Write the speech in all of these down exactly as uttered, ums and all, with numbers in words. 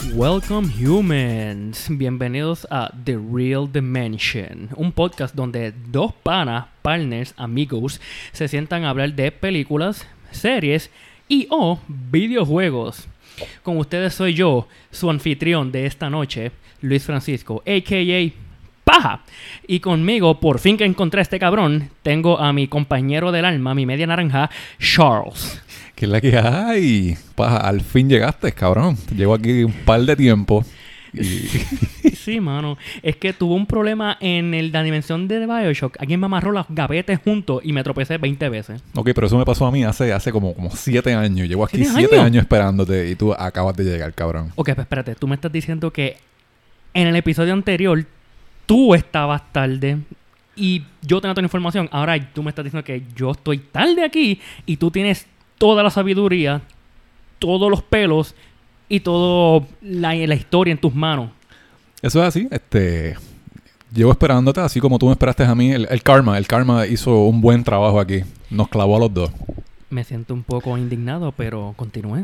Welcome humans, bienvenidos a The Real Dimension, un podcast donde dos panas, partners, amigos se sientan a hablar de películas, series y o videojuegos. Con ustedes soy yo, su anfitrión de esta noche, Luis Francisco, a k a. Paja. Y conmigo, por fin que encontré a este cabrón, tengo a mi compañero del alma, mi media naranja, Charles. ¿Qué es la que hay? Paja, al fin llegaste, cabrón. Llevo aquí un par de tiempo. Y... Sí, mano. Es que tuve un problema en el, la dimensión de Bioshock. Alguien me amarró los gavetes juntos y me tropecé veinte veces. Ok, pero eso me pasó a mí hace, hace como, como siete años. Llevo aquí siete años? años esperándote y tú acabas de llegar, cabrón. Ok, pues espérate. Tú me estás diciendo que en el episodio anterior tú estabas tarde y yo tenía toda la información. Ahora tú me estás diciendo que yo estoy tarde aquí y tú tienes toda la sabiduría, todos los pelos y toda la, la historia en tus manos. Eso es así. Este... Llevo esperándote, así como tú me esperaste a mí. El, el Karma, el Karma hizo un buen trabajo aquí. Nos clavó a los dos. Me siento un poco indignado, pero continúe.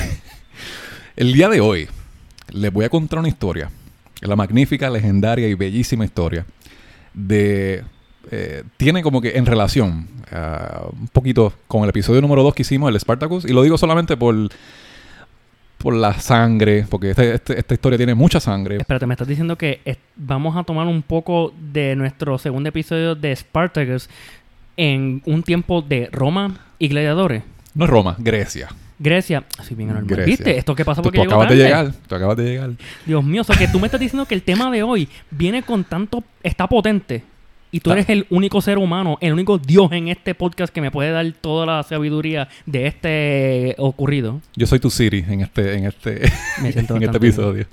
El día de hoy les voy a contar una historia. La magnífica, legendaria y bellísima historia de... Eh, tiene como que en relación uh, un poquito con el episodio número dos que hicimos, el Spartacus. Y lo digo solamente por... por la sangre, porque este, este, esta historia tiene mucha sangre. Espérate, me estás diciendo que es, vamos a tomar un poco de nuestro segundo episodio de Spartacus en un tiempo de Roma y gladiadores. No es Roma, Grecia. Grecia. Así bien normal. Grecia. ¿Viste? Esto que pasa porque tú, tú llegó acabas tarde. de llegar. Tú acabas de llegar. Dios mío, o sea que tú me estás diciendo que el tema de hoy viene con tanto... Está potente. Y tú Ah. eres el único ser humano, el único Dios en este podcast que me puede dar toda la sabiduría de este ocurrido. Yo soy tu Siri en este, en este, Me siento en este bastante episodio.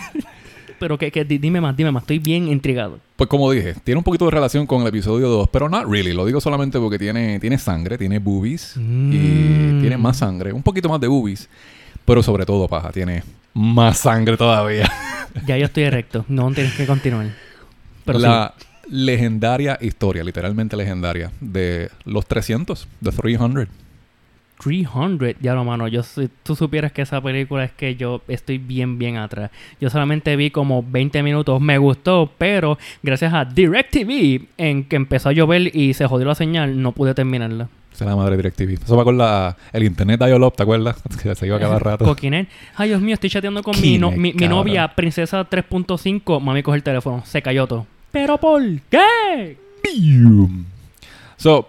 Pero que, que di- dime más, dime más. Estoy bien intrigado. Pues como dije, tiene un poquito de relación con el episodio dos, pero not really. Lo digo solamente porque tiene, tiene sangre, tiene boobies Mm. y tiene más sangre. Un poquito más de boobies, pero sobre todo, paja, tiene más sangre todavía. Ya yo estoy erecto. No tienes que continuar. Pero la legendaria historia, literalmente legendaria, de los trescientos, de trescientos. sí. trescientos, ya lo mano. Yo, si tú supieras que esa película es que yo estoy bien, bien atrás. Yo solamente vi como veinte minutos. Me gustó, pero gracias a DirecTV, en que empezó a llover y se jodió la señal, no pude terminarla. Esa es la madre DirecTV. Eso va con la, el internet dial-up, ¿te acuerdas? Que se iba cada rato. Coquinet. Ay, Dios mío, estoy chateando con mi, no- Coquinet, mi, mi cabrón. novia, Princesa tres punto cinco. Mami, coge el teléfono. Se cayó todo. ¿Pero por qué? Pium. So,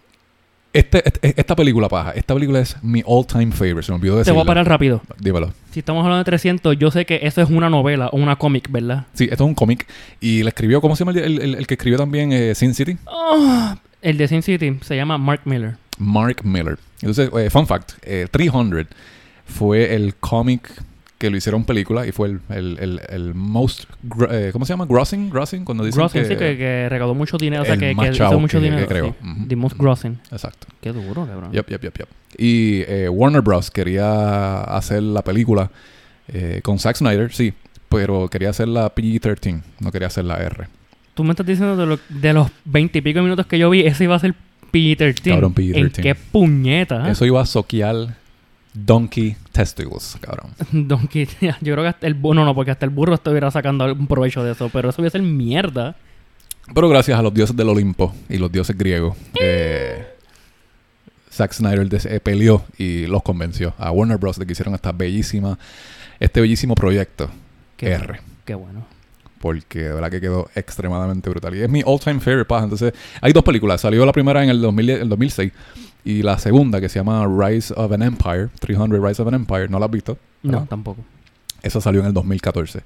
este, este- esta película, paja, esta película es mi all-time favorite. Se me olvidó Te decirlo. voy a parar rápido. Dímelo. Si estamos hablando de trescientos, yo sé que eso es una novela o una cómic, ¿verdad? Sí, esto es un cómic. Y le escribió, ¿cómo se llama el, el- el que escribió también eh, Sin City? Ah, el de Sin City se llama Mark Miller. Mark Miller. Entonces, eh, fun fact, eh, trescientos fue el cómic que lo hicieron película y fue el, el, el, el most, gr- eh, ¿cómo se llama? Grossing, grossing, cuando dicen Grossing, que... sí, que, que recaudó mucho dinero. O sea, el que, más que hizo chavo mucho que- dinero. que creo. Sí. Ujú. The most grossing. Exacto. Qué duro, cabrón. Yep, yep, yep, yep. Y eh, Warner Bros. Quería hacer la película eh, con Zack Snyder, sí, pero quería hacer la P G trece, no quería hacer la R. Tú me estás diciendo de, lo- de los veinte y pico minutos que yo vi, ese iba a ser P G trece. Cabrón, P G ¿En trece. qué puñeta? Eso iba a soquear Donkey Testicles, cabrón. Donkey, yo creo que hasta el burro, no, no, porque hasta el burro estuviera sacando algún provecho de eso, pero eso iba a ser mierda. Pero gracias a los dioses del Olimpo y los dioses griegos, eh, Zack Snyder des- eh, peleó y los convenció a Warner Bros. De que hicieron esta bellísima, este bellísimo proyecto Qué R. bueno, qué bueno. Porque de verdad que quedó extremadamente brutal. Y es mi all-time favorite, paja. Entonces, hay dos películas. Salió la primera en el, dos mil, el dos mil seis. Y la segunda, que se llama Rise of an Empire. trescientos Rise of an Empire. ¿No la has visto? No, ¿verdad? tampoco. Esa salió en el dos mil catorce.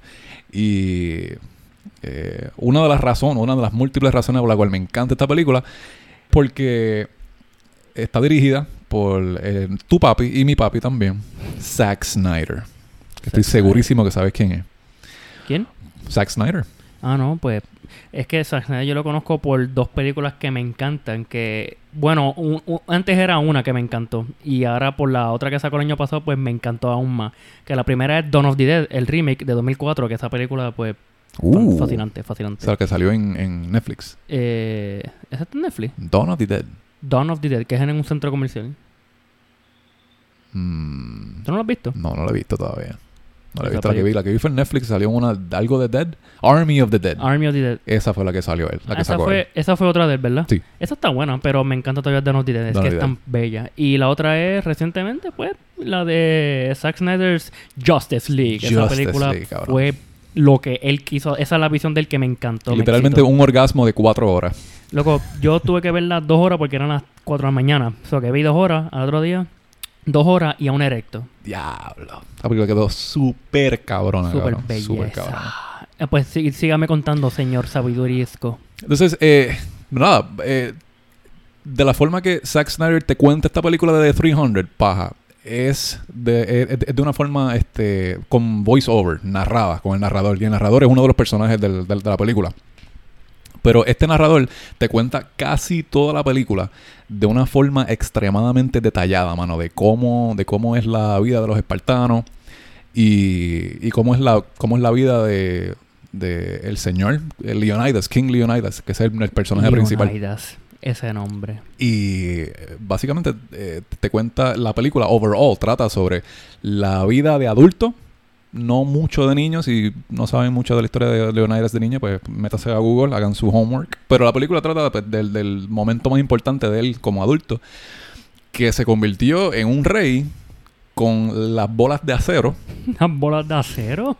Y eh, una de las razones, una de las múltiples razones por la cual me encanta esta película, porque está dirigida por eh, tu papi y mi papi también, Zack Snyder. Que estoy Zack segurísimo que sabes quién es. ¿Quién? Zack Snyder. Ah, no, pues es que Zack Snyder yo lo conozco por dos películas que me encantan, que, bueno, un- un- antes era una que me encantó y ahora por la otra que sacó el año pasado, pues me encantó aún más. Que la primera es Dawn of the Dead, el remake de dos mil cuatro, que esa película, pues, Uh, fascinante, O fascinante. sea, que salió en, en Netflix. Eh, ¿Esa está en Netflix? Dawn of the Dead. Dawn of the Dead, que es en un centro comercial. Mm, ¿Tú no lo has visto? no, no lo he visto todavía. No la he visto. La que vi, la que vi fue en Netflix. Salió una, algo de Dead. Army of the Dead. Army of the Dead. Esa fue la que salió él. La ah, que esa, sacó fue, él. esa fue otra de él, ¿verdad? Sí. Esa está buena, pero me encanta todavía Dawn of the Dead. Es Dawn que of es the tan bella. Y la otra es, recientemente, pues, la de Zack Snyder's Justice League. Justice esa película League, cabrón. fue lo que él quiso. Esa es la visión del que me encantó. Literalmente me un orgasmo de cuatro horas. Loco, yo tuve que verla dos horas porque eran las cuatro de la mañana. O sea, que vi dos horas al otro día. Dos horas y aún erecto. Diablo. La película quedó súper cabrona, Súper cabrón. belleza. Súper cabrona. Eh, Pues sí, sígame contando, señor sabidurisco. Entonces, eh, nada, eh, de la forma que Zack Snyder te cuenta esta película de The trescientos, paja, es de, es, es de una forma este, con voice-over, narrada, con el narrador. Y el narrador es uno de los personajes del, del, de la película. Pero este narrador te cuenta casi toda la película de una forma extremadamente detallada, mano, de cómo, de cómo es la vida de los espartanos y, y cómo es la, cómo es la vida de, de el señor el Leonidas, King Leonidas, que es el, el personaje principal. Leonidas, ese nombre. Y eh, básicamente eh, te cuenta la película overall, trata sobre la vida de adulto. No mucho de niños. Si no saben mucho de la historia de Leonidas de niño, pues métase a Google, hagan su homework. Pero la película trata pues, del, del momento más importante de él como adulto, que se convirtió en un rey con las bolas de acero. ¿Las bolas de acero?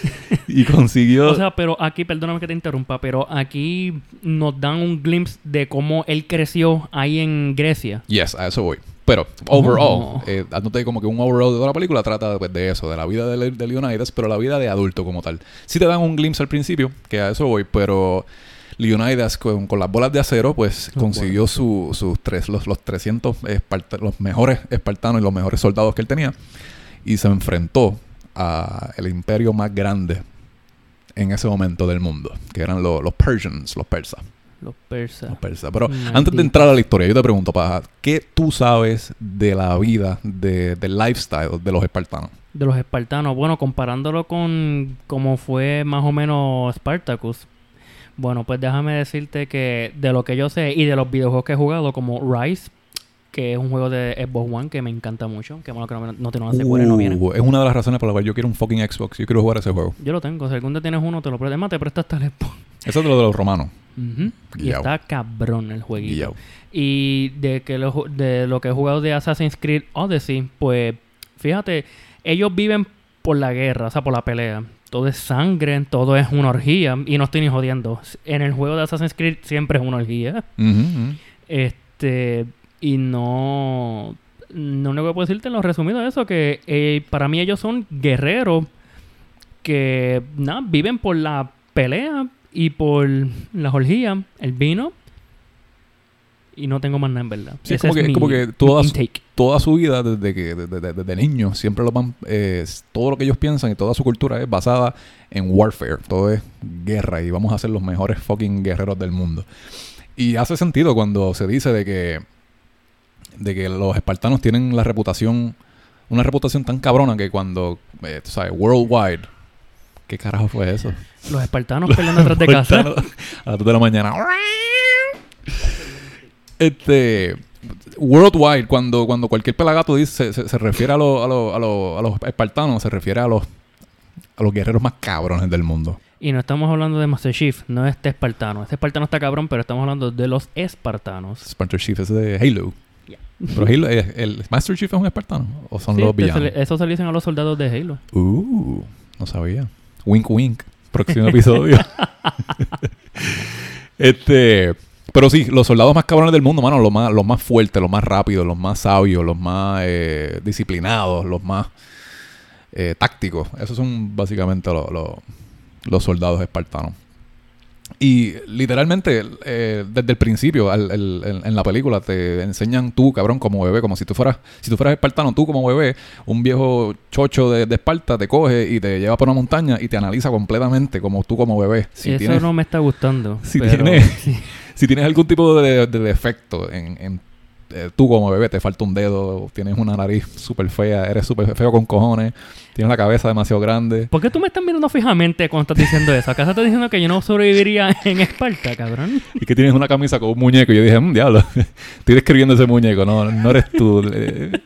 Y consiguió... O sea, pero aquí, perdóname que te interrumpa, pero aquí nos dan un glimpse de cómo él creció ahí en Grecia. Yes, a eso voy. Pero, overall, Oh. eh, dándote como que un overall de toda la película trata pues, de eso, de la vida de, Le- de Leonidas, pero la vida de adulto como tal. Sí te dan un glimpse al principio, que a eso voy, pero Leonidas con, con las bolas de acero, pues Oh, consiguió su, sus tres, los, los trescientos esparta- los mejores espartanos y los mejores soldados que él tenía, y se enfrentó a el imperio más grande en ese momento del mundo, que eran lo- los Persians, los persas. Los persas. Los persas. Pero Maldito. antes de entrar a la historia, yo te pregunto, Paja, ¿qué tú sabes de la vida, de, del lifestyle de los espartanos? De los espartanos. Bueno, comparándolo con cómo fue más o menos Spartacus. Bueno, pues déjame decirte que de lo que yo sé y de los videojuegos que he jugado, como Rise, que es un juego de Xbox One que me encanta mucho, que bueno que no, no tiene una secuela y no viene. Uh, es una de las razones por las cuales yo quiero un fucking Xbox. Yo quiero jugar ese juego. Yo lo tengo. Si algún día tienes uno, te lo presto. Además, te presto hasta el Xbox. Eso es de lo de los romanos. Ujú. Y Guillao. está cabrón el jueguito. Guillao. Y de que lo, ju- de lo que he jugado de Assassin's Creed Odyssey, pues fíjate, ellos viven por la guerra, o sea, por la pelea. Todo es sangre, todo es una orgía. Y no estoy ni jodiendo. En el juego de Assassin's Creed siempre es una orgía. Ujú, ujú. Este, y no... Lo único que puedo decirte en lo resumido es eso, que eh, para mí ellos son guerreros que, nada, viven por la pelea y por las orgías, el vino, y no tengo más nada en verdad. Sí, es Ese como que, mi- como que toda, mi su, intake. toda su vida, desde que desde, desde, desde niño, siempre lo van... eh, todo lo que ellos piensan y toda su cultura es basada en warfare. Todo es guerra y vamos a ser los mejores fucking guerreros del mundo. Y hace sentido cuando se dice de que de que los espartanos tienen la reputación, una reputación tan cabrona que cuando, eh, tú sabes, worldwide, ¿qué carajo fue eso? Los espartanos peleando detrás de casa. A las dos de la mañana. Este, worldwide, cuando, cuando cualquier pelagato dice, se, se, se refiere a, lo, a, lo, a, lo, a los espartanos, se refiere a los, a los guerreros más cabrones del mundo. Y no estamos hablando de Master Chief, no es este espartano. Este espartano está cabrón, pero estamos hablando de los espartanos. Spartan Chief es de Halo. Yeah. Pero Halo, ¿el, el Master Chief es un espartano? ¿O son Sí, los eso villanos? se le- eso se le dicen a los soldados de Halo. Uh, no sabía. Wink, wink. Próximo episodio. este... Pero sí, los soldados más cabrones del mundo, mano, los más, los más fuertes, los más rápidos, los más sabios, los más eh, disciplinados, los más eh, tácticos. Esos son básicamente lo- lo- los soldados espartanos. Y literalmente, eh, desde el principio, al- el- en, en la película, te enseñan tú, cabrón, como bebé, como si tú fueras, si tú fueras espartano, tú como bebé, un viejo chocho de, de Esparta te coge y te lleva por una montaña y te analiza completamente como tú como bebé. Si eso tienes, no me está gustando. si pero- tienes- sí. si tienes algún tipo de, de defecto en, en eh, tú como bebé, te falta un dedo, tienes una nariz súper fea, eres súper feo con cojones, tienes la cabeza demasiado grande. ¿Por qué tú me estás mirando fijamente cuando estás diciendo eso? ¿Acaso estás diciendo que yo no sobreviviría en Esparta, cabrón? Y que tienes una camisa con un muñeco. Y yo dije, mmm, diablo, estoy describiendo ese muñeco. No, no eres tú. Eh,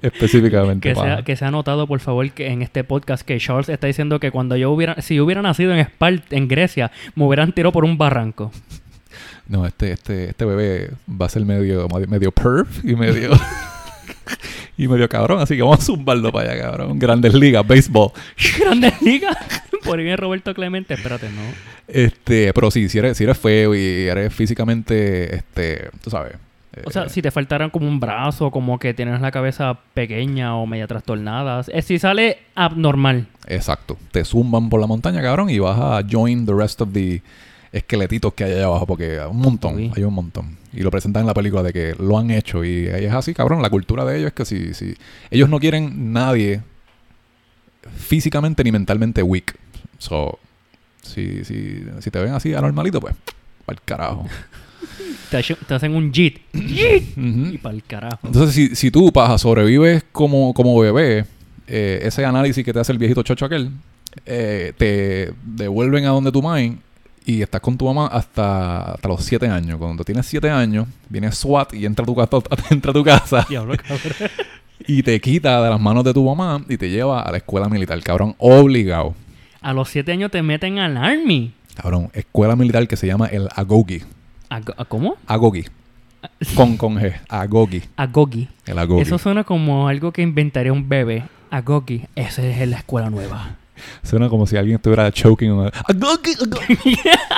Específicamente. Que paja. sea, que sea notado, por favor, que en este podcast que Charles está diciendo que cuando yo hubiera, si yo hubiera nacido en Esparta, en Grecia, me hubieran tirado por un barranco. No, este, este, este bebé va a ser medio, medio perv y medio... y medio cabrón, así que vamos a zumbarlo para allá, cabrón. Grandes ligas, béisbol. Grandes ligas. Por ahí viene Roberto Clemente, espérate, no. Este, pero sí, si eres, si eres feo y eres físicamente, este, tú sabes. O sea, si te faltaran como un brazo, como que tienes la cabeza pequeña o media trastornada. Es si sale abnormal. Exacto. Te zumban por la montaña, cabrón, y vas a join the rest of the esqueletitos que hay allá abajo, porque hay un montón, sí. hay un montón. Y lo presentan en la película de que lo han hecho y es así, cabrón. La cultura de ellos es que si, si ellos no quieren nadie físicamente ni mentalmente weak. So, si, si, si te ven así anormalito, pues, para el carajo. Te, te hacen un jit. ¡Jit! Uh-huh. Y para el carajo. Entonces, si, si tú, paja, sobrevives como, como bebé, eh, ese análisis que te hace el viejito chocho aquel, eh, te devuelven a donde tu mind y estás con tu mamá hasta, hasta los siete años. Cuando tienes siete años, viene SWAT y entra a tu, entra a tu casa. Diablo, cabrón. Y te quita de las manos de tu mamá y te lleva a la escuela militar, cabrón, obligado. A los siete años te meten al Army. Cabrón, escuela militar que se llama el Agogi. ¿A ¿Cómo? Agogi. Con, con G. Agogi. Agogi. El Agogi. Eso suena como algo que inventaría un bebé. Agogi. Esa es la escuela nueva. Suena como si alguien estuviera choking. On a... Agogi, Agogi.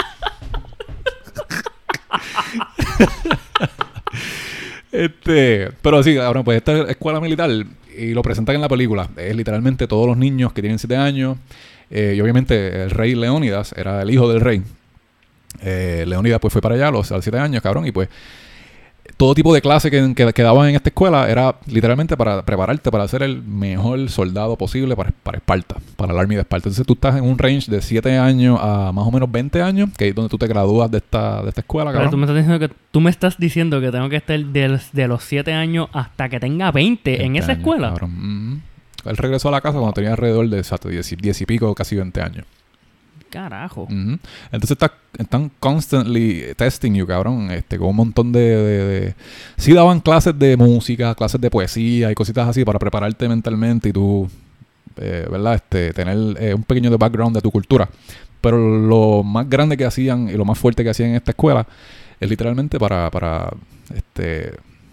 Este, pero sí, ahora pues esta escuela militar, y lo presentan en la película, es literalmente todos los niños que tienen siete años, eh, y obviamente el rey Leónidas era el hijo del rey. Eh, Leónidas pues fue para allá a los, a los siete años, cabrón, y pues todo tipo de clase que, que, que daban en esta escuela era literalmente para prepararte para ser el mejor soldado posible para, para Esparta, para el Army de Esparta. Entonces tú estás en un range de siete años a más o menos veinte años, que es donde tú te gradúas de esta, de esta escuela, Pero cabrón. tú me estás diciendo que tú me estás diciendo que tengo que estar de, de los siete años hasta que tenga veinte en esa años, escuela. Cabrón. Mm-hmm. Él regresó a la casa cuando tenía alrededor de exacto, diez, diez y pico, casi veinte años. Carajo. Uh-huh. Entonces está, están constantly testing you, cabrón, este, con un montón de, de, de... Sí daban clases de música, clases de poesía y cositas así para prepararte mentalmente y tú, eh, ¿verdad? Este, tener eh, un pequeño de background de tu cultura. Pero lo más grande que hacían y lo más fuerte que hacían en esta escuela es literalmente para, para este,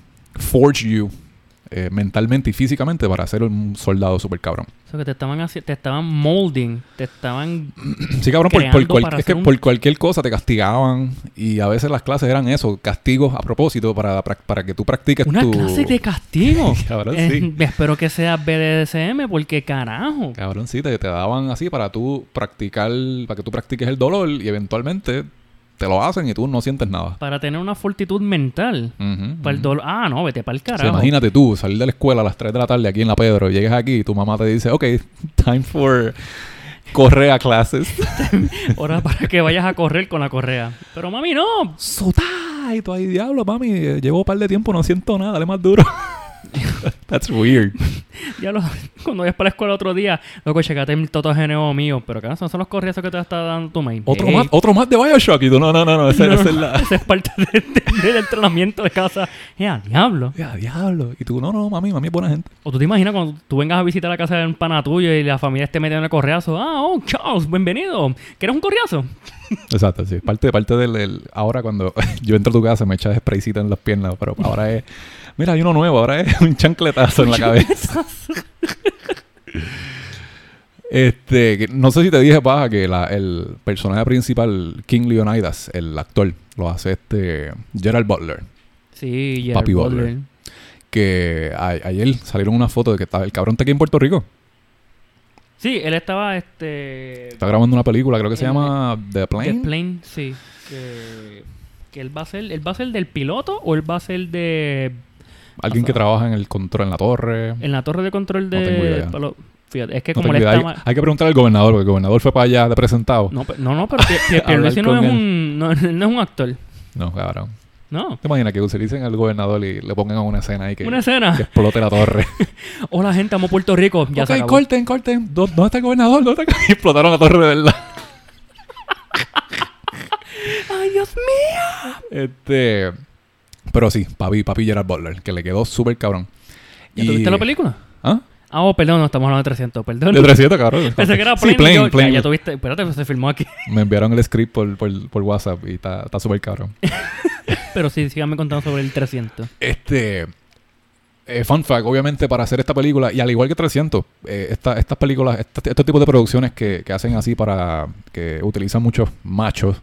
forge you eh, mentalmente y físicamente para ser un soldado super cabrón. O sea, que te estaban haci- te estaban molding, te estaban sí, cabrón, por, por cual, es que un... por cualquier cosa te castigaban y a veces las clases eran eso, castigos a propósito para, para, para que tú practiques una tu... clase de castigo. Cabrón, eh, sí. Espero que sea B D S M porque carajo. Cabrón, sí, te, te daban así para tú practicar, para que tú practiques el dolor y eventualmente te lo hacen y tú no sientes nada. Para tener una fortitud mental. Uh-huh, para el uh-huh. dolor. Ah, no, vete para el carajo. O sea, imagínate tú salir de la escuela a las tres de la tarde aquí en La Pedro y llegas aquí y tu mamá te dice, ok, time for correa clases. Ahora para que vayas a correr con la correa. Pero mami, no. ¡Sotá! Y tú ahí, diablo, mami, llevo un par de tiempo, no siento nada, dale más duro. That's weird. Ya lo, cuando vayas para la escuela otro día, loco, checate el totogeneo mío. Pero que son los correazos que te está dando tu main. Otro hey. más, otro más de Bioshock. Y tú, no, no, no, no, ese, no, ese no, es la... ese es parte de, de, del entrenamiento de casa. Ya, diablo. Ya, diablo. Y tú, no, no, mami, mami es buena gente. O tú te imaginas cuando tú vengas a visitar la casa de un pana tuyo y la familia esté metiendo el correazo. Ah, oh, Charles, bienvenido. ¿Quieres un correazo? Exacto, sí. Parte, parte del... del ahora cuando yo entro a tu casa me echas spraycita en las piernas, pero ahora es... Mira, hay uno nuevo, ahora es un chancletazo en la cabeza. Este, que, no sé si te dije, paja, que la, el personaje principal, King Leonidas, el actor, lo hace este Gerald Butler. Sí, Gerald Papi Butler. Butler. Que a, ayer salieron una foto de que estaba el cabrón está aquí en Puerto Rico. Sí, él estaba, este... Está grabando una película, creo que se llama The Plane. The Plane, sí. Que, que él va a ser, él va a ser del piloto o él va a ser de... Alguien o sea, que trabaja en el control, en la torre. En la torre de control de... No tengo idea. Palo, fíjate, es que No como tengo él idea. está... Hay, hay que preguntar al gobernador, porque el gobernador fue para allá de presentado. No, no, no, pero Pierluisi no, con es él. un, no, no es un actor. No, cabrón. No. ¿Te imaginas que utilicen al gobernador y le pongan una escena ahí que, ¿Una escena? que explote la torre? Hola, gente, amo Puerto Rico. Ya se ok, acabó. corten, corten. ¿Dó- ¿Dónde está el gobernador? ¿Dónde está? Y explotaron la torre de verdad. ¡Ay, Dios mío! Este... Pero sí, papi, papi Gerald Butler, que le quedó súper cabrón. ¿Ya tuviste la película? ¿Ah? Ah, oh, perdón, no estamos hablando de trescientos, perdón. De trescientos, cabrón. Pensé que era sí, Plane. Plane, Yo, Plane. Ya, ya tuviste... Espérate, se filmó aquí. Me enviaron el script por, por, por WhatsApp y está súper cabrón. Pero sí, síganme contando sobre el trescientos. Este... Eh, fun fact, obviamente, para hacer esta película, y al igual que trescientos, eh, esta, estas películas, esta, estos tipos de producciones que, que hacen así para... que utilizan muchos machos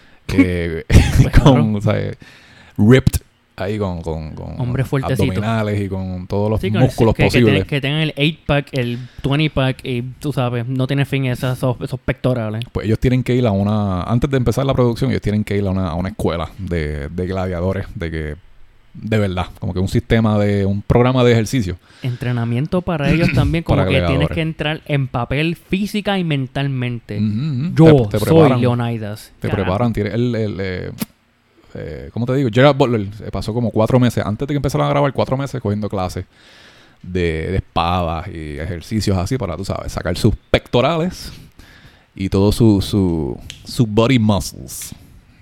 eh, Pues, con, cabrón. o sea, eh, ripped ahí con, con, con Hombres fuertecitos. abdominales y con todos los Sí, con- músculos que, que, posibles. tienen, que tengan el ocho pack, el veinte pack y tú sabes, no tiene fin esas, esos, esos pectorales. Pues ellos tienen que ir a una... Antes de empezar la producción, ellos tienen que ir a una, a una escuela de, de gladiadores, de que... De verdad, como que un sistema de... Un programa de ejercicio. Entrenamiento para ellos también, como Para que tienes gladiadores. que entrar en papel física y mentalmente. Ujú, ujú. Yo Te- te soy preparan. Leonidas. Te Carajo. preparan. Tiene el... el eh, eh, ¿Cómo te digo? Gerard Butler eh, pasó como cuatro meses... Antes de que empezaran a grabar, cuatro meses cogiendo clases de, de espadas y ejercicios así para, tú sabes, sacar sus pectorales y todo su, su, su body muscles.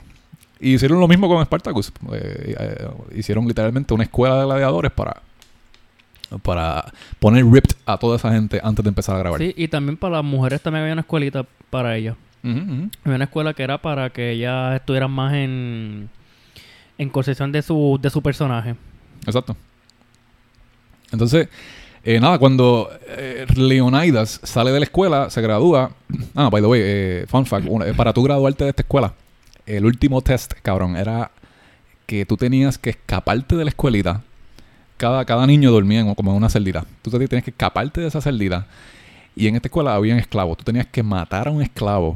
Y hicieron lo mismo con Spartacus. Eh, eh, hicieron literalmente una escuela de gladiadores para, para poner ripped a toda esa gente antes de empezar a grabar. Sí, y también para las mujeres también había una escuelita para ellas. Ujú, ujú. Había una escuela que era para que ellas estuvieran más en, en concesión de su, de su personaje. Exacto. Entonces, eh, nada, cuando eh, Leonidas sale de la escuela, se gradúa. Ah, by the way, eh, fun fact, una- eh, para tú graduarte de esta escuela, el último test, cabrón, era que tú tenías que escaparte de la escuelita. Cada, cada niño dormía en, como en una celdita. Tú te tenías que escaparte de esa celdita. Y en esta escuela habían esclavos. Tú tenías que matar a un esclavo,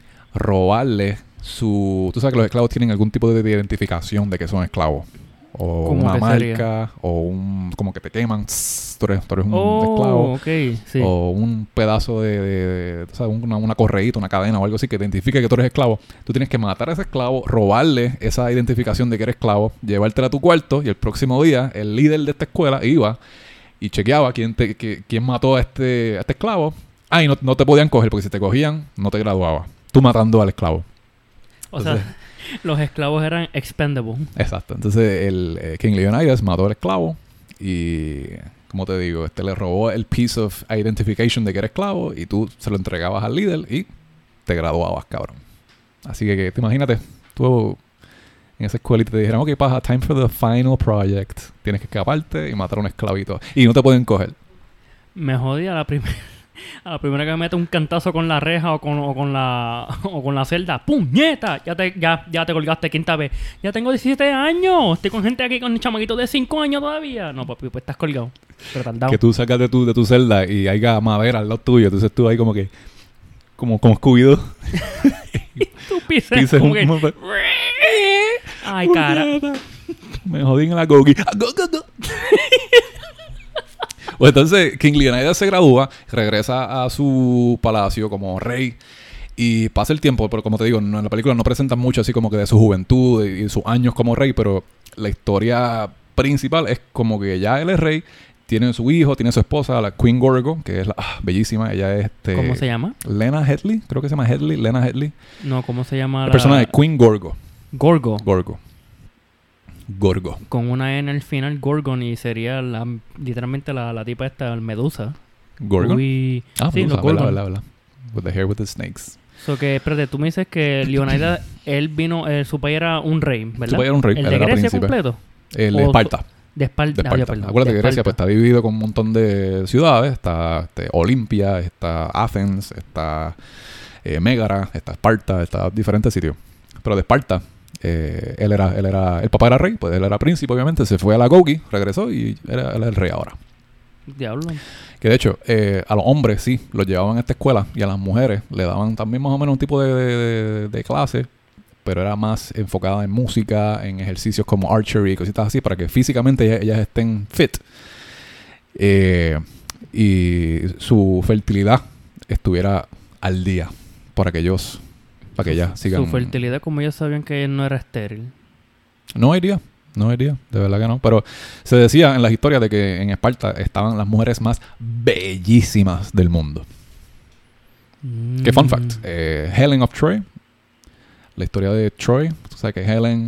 robarle su... Tú sabes que los esclavos tienen algún tipo de identificación de que son esclavos. O ¿Cómo una que marca, sería? o un... como que te queman. Tss, tú, eres, tú eres un Oh, esclavo. ok, sí. O un pedazo de... de, de- tú sabes, una, una correíta, una cadena o algo así que identifique que tú eres esclavo. Tú tienes que matar a ese esclavo, robarle esa identificación de que eres esclavo, llevártela a tu cuarto y el próximo día el líder de esta escuela iba y chequeaba quién, te, que- quién mató a este, a este esclavo. Ah, y no, no te podían coger porque si te cogían no te graduaba. Tú matando al esclavo. O sea, los esclavos eran expendable. Exacto. Entonces el eh, King Leonidas mató al esclavo y, como te digo, este le robó el piece of identification de que era esclavo y tú se lo entregabas al líder y te graduabas, cabrón. Así que, que te imagínate, tú en esa escuelita te dijeron, ok, paja, time for the final project. Tienes que escaparte y matar a un esclavito. Y no te pueden coger. Me jodía la primera. A la primera que me mete un cantazo con la reja o con, o con la o con la celda. ¡Puñeta! Ya te, ya, ya te colgaste quinta vez. Ya tengo diecisiete años. Estoy con gente aquí con un chamaquito de cinco años todavía. No, papi, pues estás colgado. Pero tardado. Que tú sacas de tu, de tu celda y haya madera al lado tuyo. Entonces tú ahí como que... Como, como Scooby-Doo. Tú pises. Dices como un- que- un- Ay, cara. Me jodí en la gogi. Ah, go, go, go. Pues entonces King Leonidas se gradúa, regresa a su palacio como rey y pasa el tiempo, pero como te digo, no, en la película no presentan mucho así como que de su juventud y, y sus años como rey, pero la historia principal es como que ya él es rey, tiene su hijo, tiene su esposa, la Queen Gorgo, que es la, ah, bellísima, ella es este... ¿Cómo se llama? Lena Headley, creo que se llama Headley, Lena Headley. No, ¿cómo se llama? El la personaje Queen Gorgo. Gorgo. Gorgo. Gorgo. Con una E en el final, Gorgon. Y sería la, literalmente la, la tipa esta, Medusa. Gorgon. Uy, Ah, sí, Medusa, los verdad, Gorgon. verdad, verdad. With the hair with the snakes. So que, espérate, tú me dices que Leonidas, él vino, eh, su país era un rey, ¿verdad? Su país era un rey, ¿El él de era Grecia príncipe. completo? El O de su- Esparta. De Esparta. De Ah, ya, Esparta. perdón, Acuérdate de que Grecia pues, Esparta. está dividido con un montón de ciudades. Está este, Olimpia, está Athens, está eh, Mégara, está Esparta, está diferentes sitios. Pero de Esparta, eh, él era, él era, el papá era rey, pues él era príncipe, obviamente. Se fue a la Gogi, regresó y era, él es el rey ahora. Diablo. Que de hecho, eh, a los hombres sí, los llevaban a esta escuela y a las mujeres le daban también más o menos un tipo de, de, de- de clase, pero era más enfocada en música, en ejercicios como archery y cositas así, para que físicamente ellas, ellas estén fit. Eh, y su fertilidad estuviera al día para que ellos, para que ellas sigan. Su fertilidad, como ellos sabían que él no era estéril. No iría, no iría, de verdad que no. Pero se decía en las historias de que en Esparta estaban las mujeres más bellísimas del mundo. Que fun fact, eh, Helen of Troy, la historia de Troy, tú sabes que Helen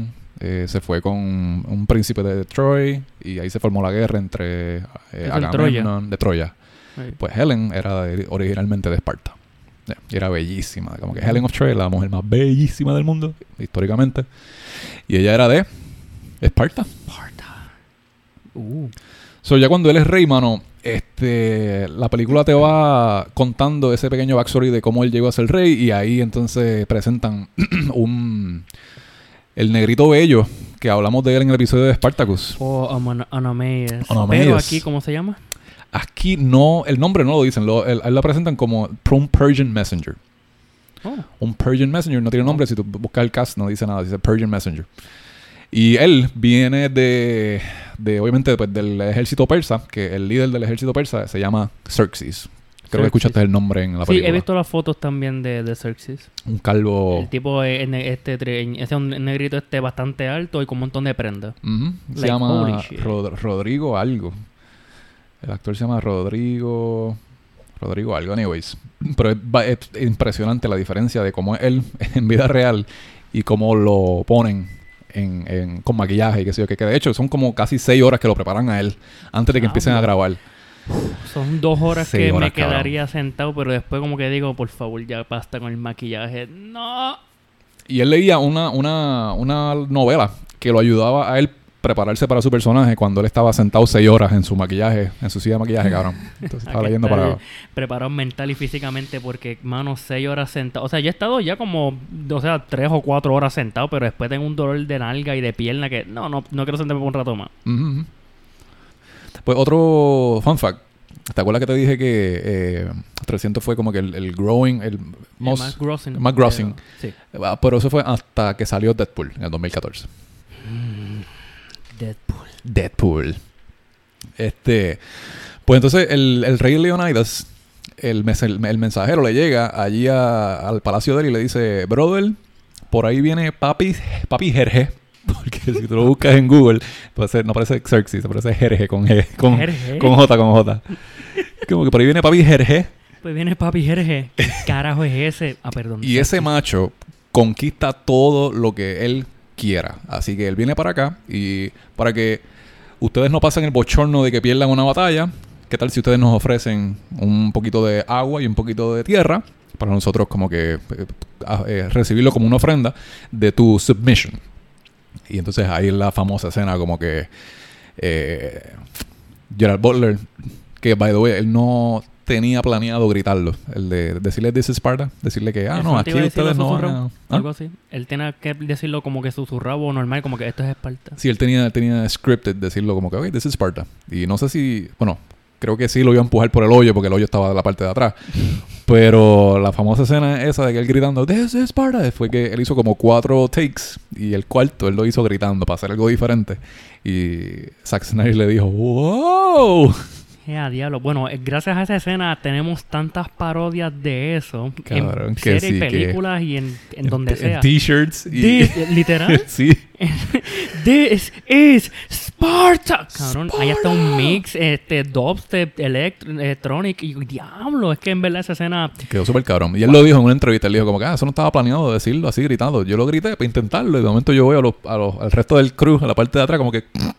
Eh, se fue con un príncipe de Troy y ahí se formó la guerra entre eh, Agamemnon de Troya. Sí. Pues Helen era de, originalmente de Esparta. Yeah, y era bellísima. Como que Helen of Troy, la mujer más bellísima del mundo, históricamente. Y ella era de Esparta. Esparta. Uh. So, ya cuando él es rey, mano, este, la película te va contando ese pequeño backstory de cómo él llegó a ser rey. Y ahí entonces presentan un... el negrito bello, que hablamos de él en el episodio de Spartacus. O oh, Onomaeus. Onomaeus. Pero aquí, ¿cómo se llama? Aquí no, el nombre no lo dicen, lo, él, él la presentan como un Persian Messenger. Oh. Un Persian Messenger no tiene nombre, si tú buscas el cast no dice nada, dice Persian Messenger. Y él viene de, de obviamente, pues, del ejército persa, que el líder del ejército persa se llama Xerxes. Creo que escuchaste el nombre en la película. Sí, he visto las fotos también de, de Xerxes. Un calvo... El tipo, es, este, ese es un negrito este bastante alto y con un montón de prendas. Uh-huh. Se Like, llama Rod- Rodrigo algo. El actor se llama Rodrigo... Rodrigo algo, anyways. Pero es, es impresionante la diferencia de cómo es él en vida real y cómo lo ponen en, en, con maquillaje y qué sé yo. Que, que de hecho son como casi seis horas que lo preparan a él antes de que ah, empiecen a grabar. Son dos horas seis que horas, me quedaría cabrón. sentado, pero después como que digo, por favor, ya basta con el maquillaje. ¡No! Y él leía una, una, una novela que lo ayudaba a él prepararse para su personaje cuando él estaba sentado seis horas en su maquillaje, en su silla de maquillaje, cabrón. Entonces estaba leyendo para... preparado mental y físicamente porque, mano, seis horas sentado. O sea, yo he estado ya como, o sea, tres o cuatro horas sentado, pero después tengo un dolor de nalga y de pierna que no, no, no quiero sentarme por un rato más. Uh-huh. Pues otro fun fact. ¿Te acuerdas que te dije que eh, trescientos fue como que el, el growing, el, most, el más grossing? El más grossing. Pero, sí. Pero eso fue hasta que salió Deadpool en el dos mil catorce. Mm, Deadpool. Deadpool. Este... Pues entonces el, el rey Leonidas, el, mes, el, el mensajero le llega allí a, al palacio de él y le dice, brother, por ahí viene papi, papi Jerje. Porque si tú lo buscas en Google, parece, no parece Xerxes, parece Jerje con G, con, con J, con J. Como que por ahí viene papi Jerje. Pues viene papi Jerje. ¿Qué carajo es ese? Ah, perdón. Y ese macho conquista todo lo que él quiera. Así que él viene para acá y para que ustedes no pasen el bochorno de que pierdan una batalla, ¿qué tal si ustedes nos ofrecen un poquito de agua y un poquito de tierra para nosotros como que eh, eh, recibirlo como una ofrenda de tu submission? Y entonces ahí la famosa escena como que eh, Gerald Butler, que by the way, él no tenía planeado gritarlo, el de decirle this is Sparta, decirle que ah, no, aquí ustedes no van a... ¿Ah? Algo así. Él tenía que decirlo como que susurrado normal, como que esto es Esparta. Sí, él tenía, tenía scripted decirlo como que, ok, this is Sparta. Y no sé si, bueno, creo que sí lo iba a empujar por el hoyo porque el hoyo estaba de la parte de atrás. Pero la famosa escena esa de que él gritando This is Sparta fue que él hizo como cuatro takes y el cuarto él lo hizo gritando para hacer algo diferente. Y Zack Snyder le dijo ¡wow! Yeah, diablo. Bueno, gracias a esa escena tenemos tantas parodias de eso. Cabrón, en que series, sí, películas que y en, en donde en, sea. En t-shirts. Y... This, literal. Sí. This is Sparta. Cabrón, Sparta. Ahí está un mix, este, dubstep, elect electronic y diablo. Es que en verdad esa escena... Quedó súper cabrón. Y él wow. lo dijo en una entrevista. Él dijo como que ah, eso no estaba planeado decirlo así gritando. Yo lo grité para intentarlo y de momento yo veo a los, a los, al resto del crew, a la parte de atrás como que...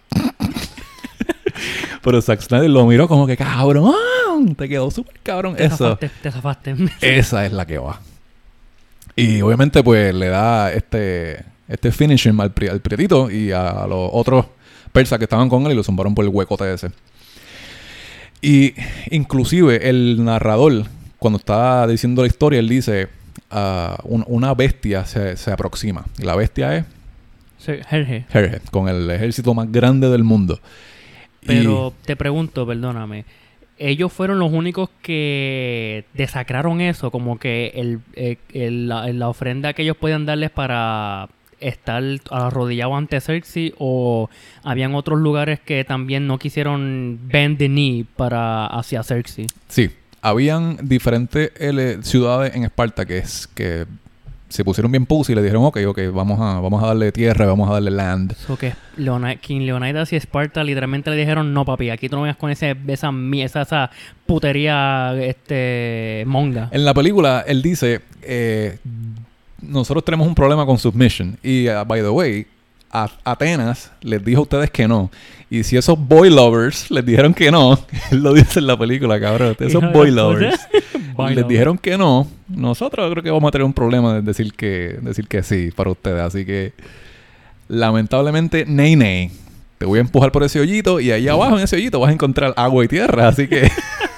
Pero Zack Snyder lo miró como que cabrón, te quedó súper cabrón. Te Eso, zafaste, te zafaste. Esa es la que va. Y obviamente pues le da este este finishing al, pri- al prietito y a los otros persas que estaban con él y lo zumbaron por el huecote ese. Y inclusive el narrador, cuando está diciendo la historia, él dice uh, un, una bestia se, se aproxima. Y la bestia es sí, Jerje. Jerje, con el ejército más grande del mundo. Pero y... te pregunto, perdóname, ellos fueron los únicos que desacraron eso, como que el, el, el, la, la ofrenda que ellos podían darles para estar arrodillados ante Xerxes, o habían otros lugares que también no quisieron bend the knee para hacia Xerxes. Sí, habían diferentes L- ciudades en Esparta que es que se pusieron bien pussy y le dijeron, ok, ok, vamos a, vamos a darle tierra, vamos a darle land. So que Leoni- King Leonidas y Esparta literalmente le dijeron, no papi, aquí tú no vengas con ese, esa, esa, esa putería este monga. En la película, él dice, eh, nosotros tenemos un problema con submission. Y, uh, by the way, a Atenas les dijo a ustedes que no. Y si esos boy lovers les dijeron que no, él lo dice en la película, cabrón. Esos boy lovers les dijeron que no. Nosotros creo que vamos a tener un problema de decir que, decir que sí para ustedes. Así que, lamentablemente, ney ney. Te voy a empujar por ese hoyito y ahí abajo en ese hoyito vas a encontrar agua y tierra. Así que...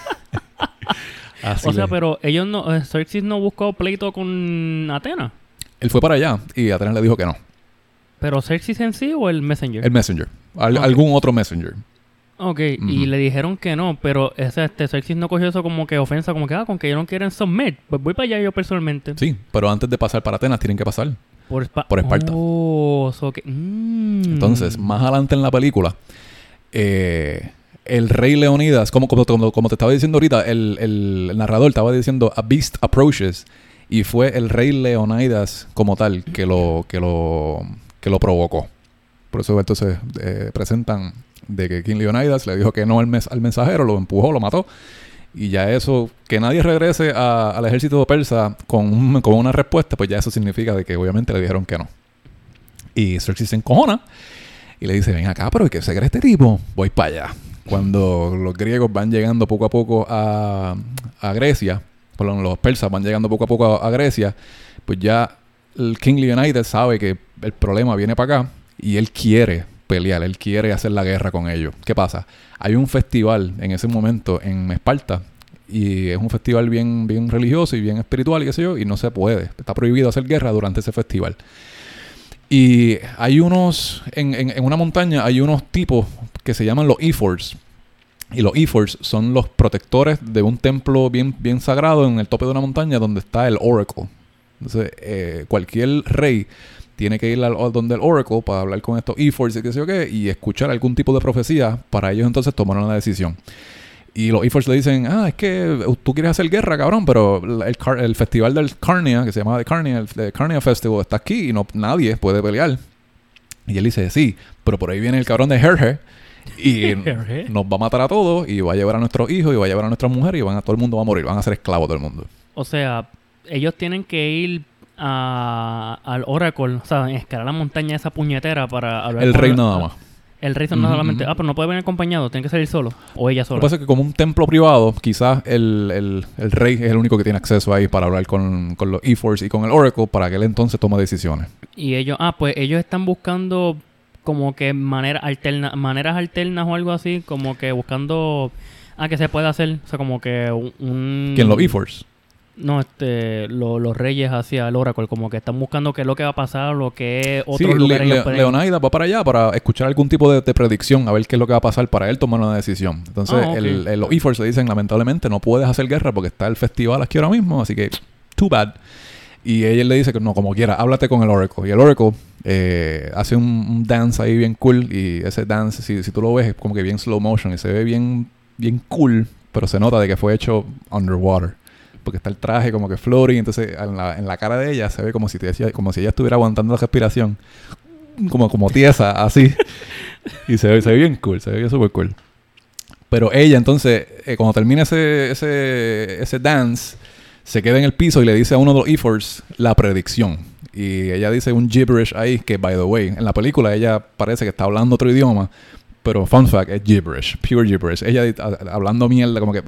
Así o sea, le... pero ellos no... Eh, Xerxes no buscó pleito con Atenas. Él fue para allá y Atenas le dijo que no. ¿Pero Xerxes en sí o el Messenger? El Messenger. Al, okay. Algún otro Messenger. Ok. Uh-huh. Y le dijeron que no, pero ese, este Xerxes no cogió eso como que ofensa, como que, ah, con que ellos no quieren submit. Pues voy para allá yo personalmente. Sí, pero antes de pasar para Atenas tienen que pasar. Por, Espa- por Esparta. Oh, so que... mm. Entonces, más adelante en la película... Eh... El rey Leonidas, como, como, como, como te estaba diciendo ahorita, el, el, el narrador estaba diciendo a beast approaches y fue el rey Leonidas como tal que lo que lo que lo provocó. Por eso entonces eh, presentan de que King Leonidas le dijo que no al, mes, al mensajero, lo empujó, lo mató y ya eso, que nadie regrese a, al ejército persa con, un, con una respuesta, pues ya eso significa de que obviamente le dijeron que no. Y Xerxes se encojona y le dice, ven acá, pero ¿qué se cree este tipo? Voy para allá. Cuando los griegos van llegando poco a poco a, a Grecia, perdón, los persas van llegando poco a poco a, a Grecia, pues ya el King Leonidas sabe que el problema viene para acá y él quiere pelear, él quiere hacer la guerra con ellos. ¿Qué pasa? Hay un festival en ese momento en Esparta y es un festival bien, bien religioso y bien espiritual y qué sé yo, y no se puede. Está prohibido hacer guerra durante ese festival. Y hay unos, en, en, en una montaña hay unos tipos que se llaman los Ephors. Y los Ephors son los protectores de un templo bien, bien sagrado en el tope de una montaña donde está el Oracle. Entonces, eh, cualquier rey tiene que ir al, donde el Oracle para hablar con estos Ephors y qué sé yo qué, y escuchar algún tipo de profecía para ellos entonces tomar una decisión. Y los Ephors le dicen, ah, es que tú quieres hacer guerra, cabrón, pero el, el festival del Carnia, que se llama The Carnia, el The Carnia Festival, está aquí y no, nadie puede pelear. Y él dice, sí, pero por ahí viene el cabrón de Herher y nos va a matar a todos y va a llevar a nuestros hijos y va a llevar a nuestras mujeres y van a, todo el mundo va a morir, van a ser esclavos todo el mundo. O sea, ellos tienen que ir a, al Oracle, o sea, escalar la montaña esa puñetera para hablar el con rey la, nada más. El rey no uh-huh, solamente... Uh-huh. Ah, pero no puede venir acompañado. Tiene que salir solo. O ella sola. Lo que pasa es que como un templo privado, quizás el, el, el rey es el único que tiene acceso ahí para hablar con, con los Ephors y con el Oracle para que él entonces tome decisiones. Y ellos... Ah, pues ellos están buscando como que manera alterna, maneras alternas o algo así. Como que buscando... Ah, que se puede hacer. O sea, como que un... ¿Quién? ¿Los Ephors? No, este, lo, los reyes hacia el Oracle, como que están buscando qué es lo que va a pasar, lo que otros sí, lugares... Le, le, pueden... Leonidas va para allá para escuchar algún tipo de, de predicción, a ver qué es lo que va a pasar para él tomar una decisión. Entonces, ah, okay. el, el, los Ephors le dicen, lamentablemente, no puedes hacer guerra porque está el festival aquí ahora mismo, así que, too bad. Y ella le dice que no, como quiera, háblate con el Oracle. Y el Oracle eh, hace un, un dance ahí bien cool, y ese dance, si, si tú lo ves, es como que bien slow motion, y se ve bien, bien cool, pero se nota de que fue hecho underwater. Porque está el traje como que floating, entonces en la, en la cara de ella se ve como si, te, como si ella estuviera aguantando la respiración, como, como tiesa, así. Y se ve, se ve bien cool, se ve bien súper cool. Pero ella entonces, eh, cuando termina ese, ese, ese dance, se queda en el piso y le dice a uno de los Ephors la predicción. Y ella dice un gibberish ahí que, by the way, en la película ella parece que está hablando otro idioma. Pero fun fact, es gibberish, pure gibberish. Ella a, hablando mierda, como que...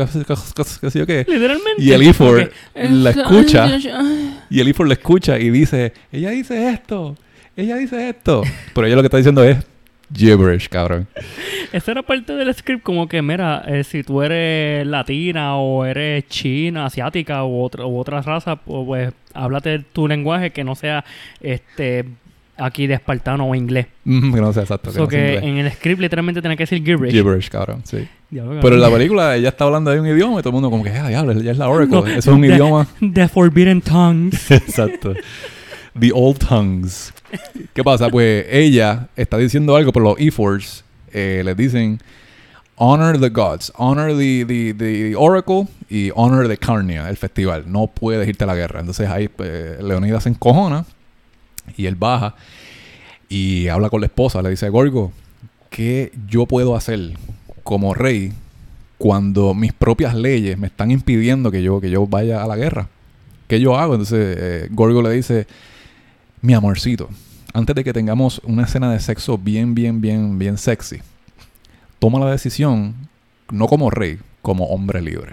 ¿Qué? Literalmente. Y el Ephor la escucha. Y el Ephor la escucha y dice... Ella dice esto. Ella dice esto. Pero ella lo que está diciendo es... gibberish, cabrón. Esa era parte del script, como que, mira, eh, si tú eres latina o eres china, asiática u otra, u otra raza, pues háblate tu lenguaje que no sea... este aquí de espartano o inglés. Mm, que no sea exacto. Que so no que en el script literalmente tenía que decir gibberish. Gibberish, cabrón, sí. Diablo, cabrón. Pero en la película ella está hablando de un idioma y todo el mundo como que, ah, diablo, ella es la Oracle. No, eso es un the, idioma... The Forbidden Tongues. Exacto. The Old Tongues. ¿Qué pasa? Pues ella está diciendo algo, pero los Ephors eh, les dicen... Honor the gods. Honor the, the, the Oracle y honor the Carnia, el festival. No puedes irte a la guerra. Entonces ahí eh, Leonidas se encojona. Y él baja y habla con la esposa. Le dice, Gorgo, ¿qué yo puedo hacer como rey cuando mis propias leyes me están impidiendo que yo, que yo vaya a la guerra? ¿Qué yo hago? Entonces, eh, Gorgo le dice, mi amorcito, antes de que tengamos una escena de sexo bien, bien, bien, bien sexy, toma la decisión, no como rey, como hombre libre.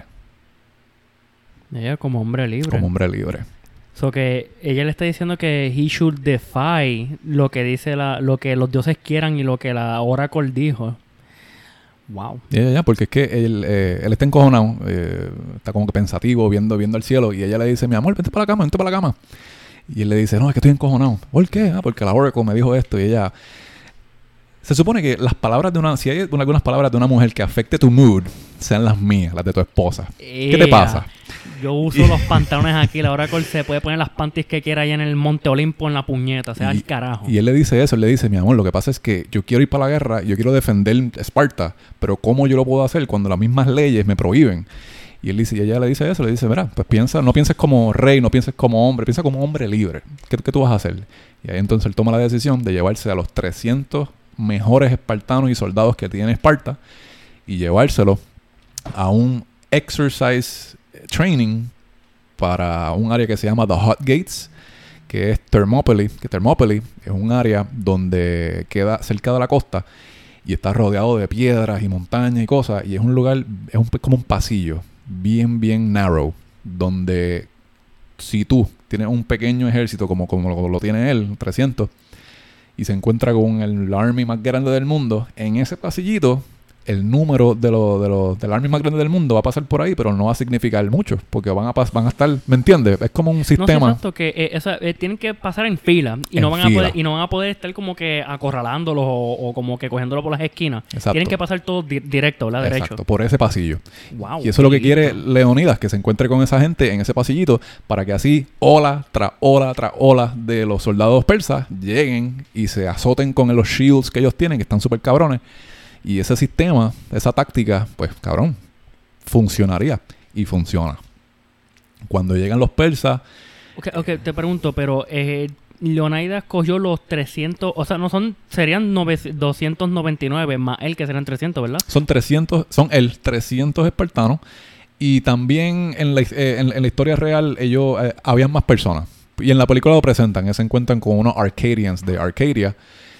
Ella como hombre libre. Como hombre libre. So que ella le está diciendo que he should defy lo que dice la, lo que los dioses quieran y lo que la Oracle dijo. Wow. Ya, ya, ya, porque es que él, eh, él está encojonado, eh, está como que pensativo, viendo, viendo al cielo, y ella le dice, mi amor, vente para la cama, vente para la cama. Y él le dice, no, es que estoy encojonado. ¿Por qué? Ah, porque la Oracle me dijo esto, y ella... Se supone que las palabras de una... Si hay algunas palabras de una mujer que afecte tu mood, sean las mías, las de tu esposa. Ea. ¿Qué te pasa? Yo uso los pantalones aquí. La Oracle se puede poner las panties que quiera allá en el Monte Olimpo en la puñeta. Sea y, el carajo. Y él le dice eso. Él le dice, mi amor, lo que pasa es que yo quiero ir para la guerra, yo quiero defender Esparta, pero ¿cómo yo lo puedo hacer cuando las mismas leyes me prohíben? Y él dice, y ella le dice eso, le dice, mira, pues piensa, no pienses como rey, no pienses como hombre, piensa como hombre libre. ¿Qué, qué tú vas a hacer? Y ahí entonces él toma la decisión de llevarse a los trescientos mejores espartanos y soldados que tiene Esparta y llevárselo a un exercise training para un área que se llama The Hot Gates, que es Thermopylae, que Thermopylae es un área donde queda cerca de la costa y está rodeado de piedras y montañas y cosas, y es un lugar, es un, como un pasillo bien, bien narrow, donde si tú tienes un pequeño ejército como, como lo, lo tiene él, trescientos, y se encuentra con el army más grande del mundo, en ese pasillito, el número de los de los del army más grande del mundo va a pasar por ahí, pero no va a significar mucho, porque van a pas- van a estar, ¿me entiendes? Es como un sistema. No, sí, exacto, que eh, esa, eh, tienen que pasar en fila y En no van fila. a poder y no van a poder estar como que acorralándolos o, o como que cogiéndolos por las esquinas. Exacto. Tienen que pasar todos di- directo, ¿verdad? Derecho. Exacto, por ese pasillo. Wow. Y eso es lo que qué quiere lindo. Leonidas, que se encuentre con esa gente en ese pasillito, para que así ola tras ola tras ola de los soldados persas lleguen y se azoten con los shields que ellos tienen, que están súper cabrones. Y ese sistema, esa táctica, pues cabrón, funcionaría. Y funciona. Cuando llegan los persas... Ok, ok, te pregunto, pero eh, Leonidas cogió los trescientos, o sea, no son, serían nove- doscientos noventa y nueve más él, que serían trescientos, ¿verdad? Son trescientos, son el trescientos espartanos. Y también en la, eh, en, en la historia real ellos eh, habían más personas. Y en la película lo presentan, se encuentran con unos Arcadians de Arcadia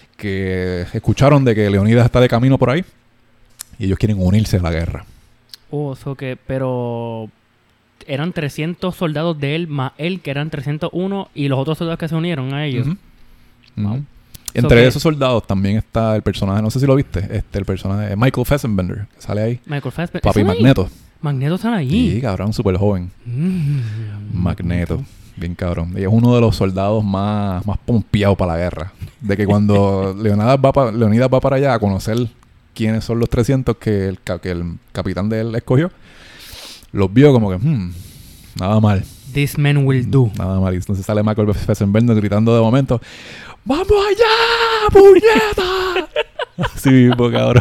que escucharon de que Leonidas está de camino por ahí y ellos quieren unirse a la guerra. Oh, so que, pero eran trescientos soldados de él más él, que eran trescientos uno, y los otros soldados que se unieron a ellos. Uh-huh. Wow. Uh-huh. Entre So esos soldados también está el personaje, no sé si lo viste, este el personaje de Michael Fassbender, que sale ahí. Michael Fassbender. Papi ¿Están ahí? Magneto. Magneto están allí. Sí, cabrón, súper joven. Mm. Magneto. Bien cabrón. Y es uno de los soldados más, más pompeados para la guerra. De que cuando Leonidas va, pa, Leonidas va para allá a conocer quiénes son los trescientos que el, que el capitán de él escogió, los vio como que, hmm, nada mal. This man will do. Nada mal. Y entonces sale Michael Fassbender gritando de momento, ¡vamos allá, puñeta! Sí mismo, cabrón.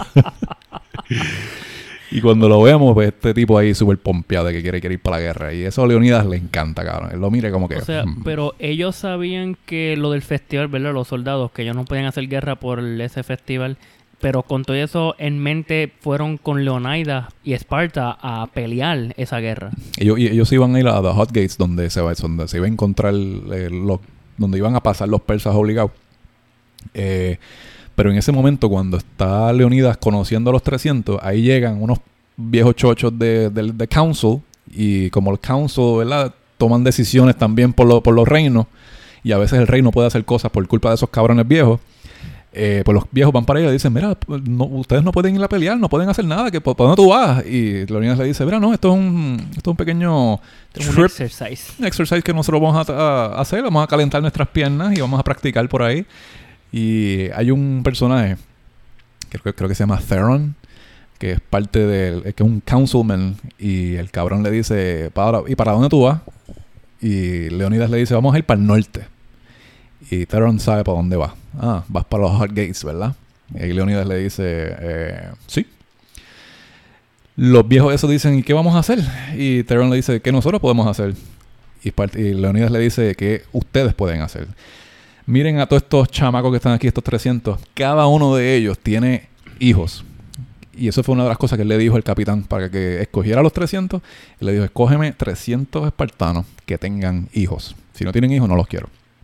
Y cuando lo vemos, pues este tipo ahí súper pompeado de que quiere, quiere ir para la guerra. Y eso a Leonidas le encanta, cabrón. Él lo mira como que... O sea, hmm. pero ellos sabían que lo del festival, ¿verdad? Los soldados, que ellos no podían hacer guerra por ese festival. Pero con todo eso en mente, fueron con Leonidas y Esparta a pelear esa guerra. Ellos, y ellos iban a ir a The Hot Gates, donde se, va, donde se iba a encontrar, eh, los, donde iban a pasar los persas obligados. Eh... Pero en ese momento, cuando está Leonidas conociendo a los trescientos, ahí llegan unos viejos chochos de, de, de Council. Y como el Council, ¿verdad?, toman decisiones también por, lo, por los reinos. Y a veces el rey no puede hacer cosas por culpa de esos cabrones viejos. Eh, pues los viejos van para allá y dicen, mira, no, ustedes no pueden ir a pelear, no pueden hacer nada. Que, ¿por, ¿por dónde tú vas? Y Leonidas le dice, mira, no, esto es un, esto es un pequeño Es un trip, exercise. un exercise que nosotros vamos a, a hacer. Vamos a calentar nuestras piernas y vamos a practicar por ahí. Y hay un personaje que creo, creo que se llama Theron, que es parte del... que es un councilman, y el cabrón le dice, ¿para, ¿y para dónde tú vas? Y Leonidas le dice, vamos a ir para el norte. Y Theron sabe para dónde va. Ah, vas para los Hot Gates, ¿verdad? Y Leonidas le dice, eh, sí. Los viejos esos dicen, ¿y qué vamos a hacer? Y Theron le dice, ¿qué nosotros podemos hacer? Y, y Leonidas le dice, ¿qué ustedes pueden hacer? Miren a todos estos chamacos que están aquí, estos trescientos. Cada uno de ellos tiene hijos. Y eso fue una de las cosas que él le dijo al capitán para que escogiera a los trescientos. Él le dijo, escógeme trescientos espartanos que tengan hijos. Si no tienen hijos, no los quiero.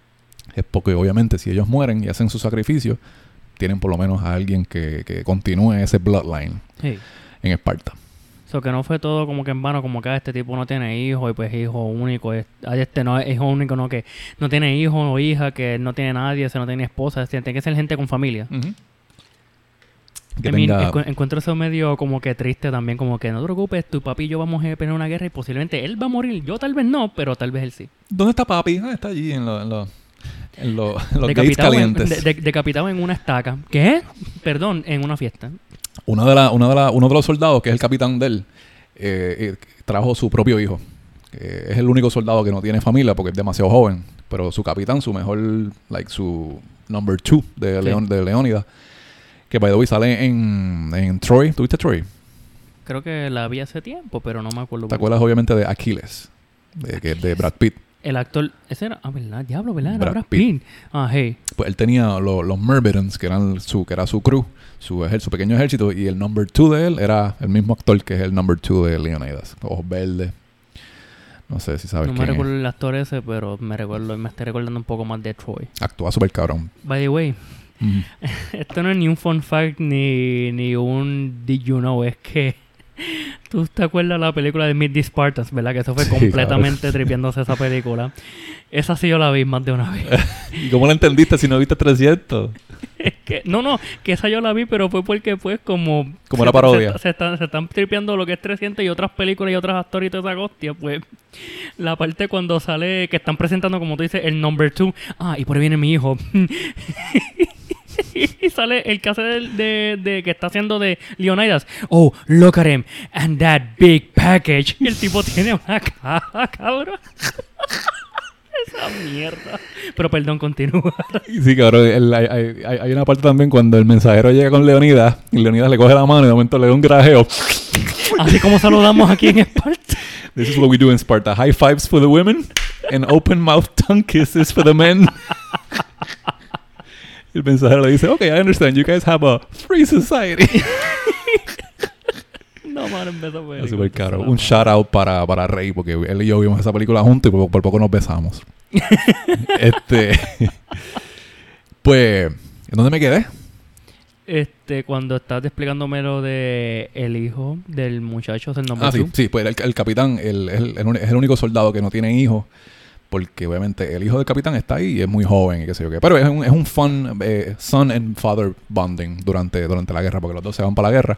es porque obviamente si ellos mueren y hacen su sacrificio, tienen por lo menos a alguien que, que continúe ese bloodline Sí. en Esparta. So que no fue todo como que en vano, como que ah, este tipo no tiene hijo y pues hijo único. Es, ah, este no es hijo único, no, que no tiene hijo o hija, que no tiene nadie, ese no tiene esposa. Tiene que ser gente con familia. Uh-huh. Que I mean, tenga... encu- encuentro eso medio como que triste también, como que no te preocupes, tu papi y yo vamos a pelear una guerra y posiblemente él va a morir. Yo tal vez no, pero tal vez él sí. ¿Dónde está papi? Ah, está allí en los... En los en lo, en los gates Decapitado en, calientes. de- de- decapitado en una estaca. ¿Qué? Perdón, en una fiesta. Una de la, una de la, uno de los soldados, que es el capitán de él, eh, eh, trajo su propio hijo. Eh, es el único soldado que no tiene familia porque es demasiado joven. Pero su capitán, su mejor, like, su number two de, Sí. León, de Leónidas, que by the way sale en, en Troy. ¿Tuviste Troy? Creo que la vi hace tiempo, pero no me acuerdo. ¿Te acuerdas obviamente de Aquiles? De, que- de Brad Pitt. El actor, ese era, ah, ¿verdad? Diablo, ¿verdad? Era Brad Brad Pitt. Pitt. Ah, hey. Pues él tenía lo- los Myrmidons, que eran su, que era su crew, su, ejer- su pequeño ejército, y el number two de él era el mismo actor que es el number two de Leonidas. Ojos verdes. No sé si sabes No me quién es. recuerdo el actor ese, pero me recuerdo, me estoy recordando un poco más de Troy. Actúa súper cabrón. By the way, Mm. esto no es ni un fun fact ni, ni un did you know, es que tú te acuerdas de la película de Meet the Spartans, ¿verdad? Que eso fue Sí, completamente tripiéndose esa película. Esa sí yo la vi más de una vez. ¿Y cómo la entendiste si no viste trescientos? Es que, no, no, que esa yo la vi, pero fue porque pues como... Como se- una parodia. Se, se están, se están tripeando lo que es trescientos y otras películas y otros actores y toda esa hostia, pues la parte cuando sale, que están presentando, como tú dices, el number two. Ah, y por ahí viene mi hijo. Y sale el que hace de, de, de- que está haciendo de Leonidas. Oh, look at him and that big package. Y el tipo tiene una caja, cabrón. Esa mierda. Pero perdón, continúa. Sí, cabrón. el- hay, hay- hay- hay una parte también cuando el mensajero llega con Leonidas y Leonidas le coge la mano y de momento le da un grajeo. Así como saludamos aquí en Esparta. This is what we do in Sparta. High fives for the women and open mouth tongue kisses for the men. Y el mensajero le dice, okay, I understand. You guys have a free society. No, mano, empezó fue. Es súper caro. Un shout out para, para Rey, porque él y yo vimos esa película juntos y por, por poco nos besamos. este. Pues, ¿en dónde me quedé? Este, cuando estás explicándome lo de el hijo del muchacho del nombre Ah, sí, sí, pues el, el capitán el, el- el uni- es el único soldado que no tiene hijos. Porque obviamente el hijo del capitán está ahí y es muy joven y qué sé yo qué. Pero es un, es un fun eh, son and father bonding durante, durante la guerra, porque los dos se van para la guerra.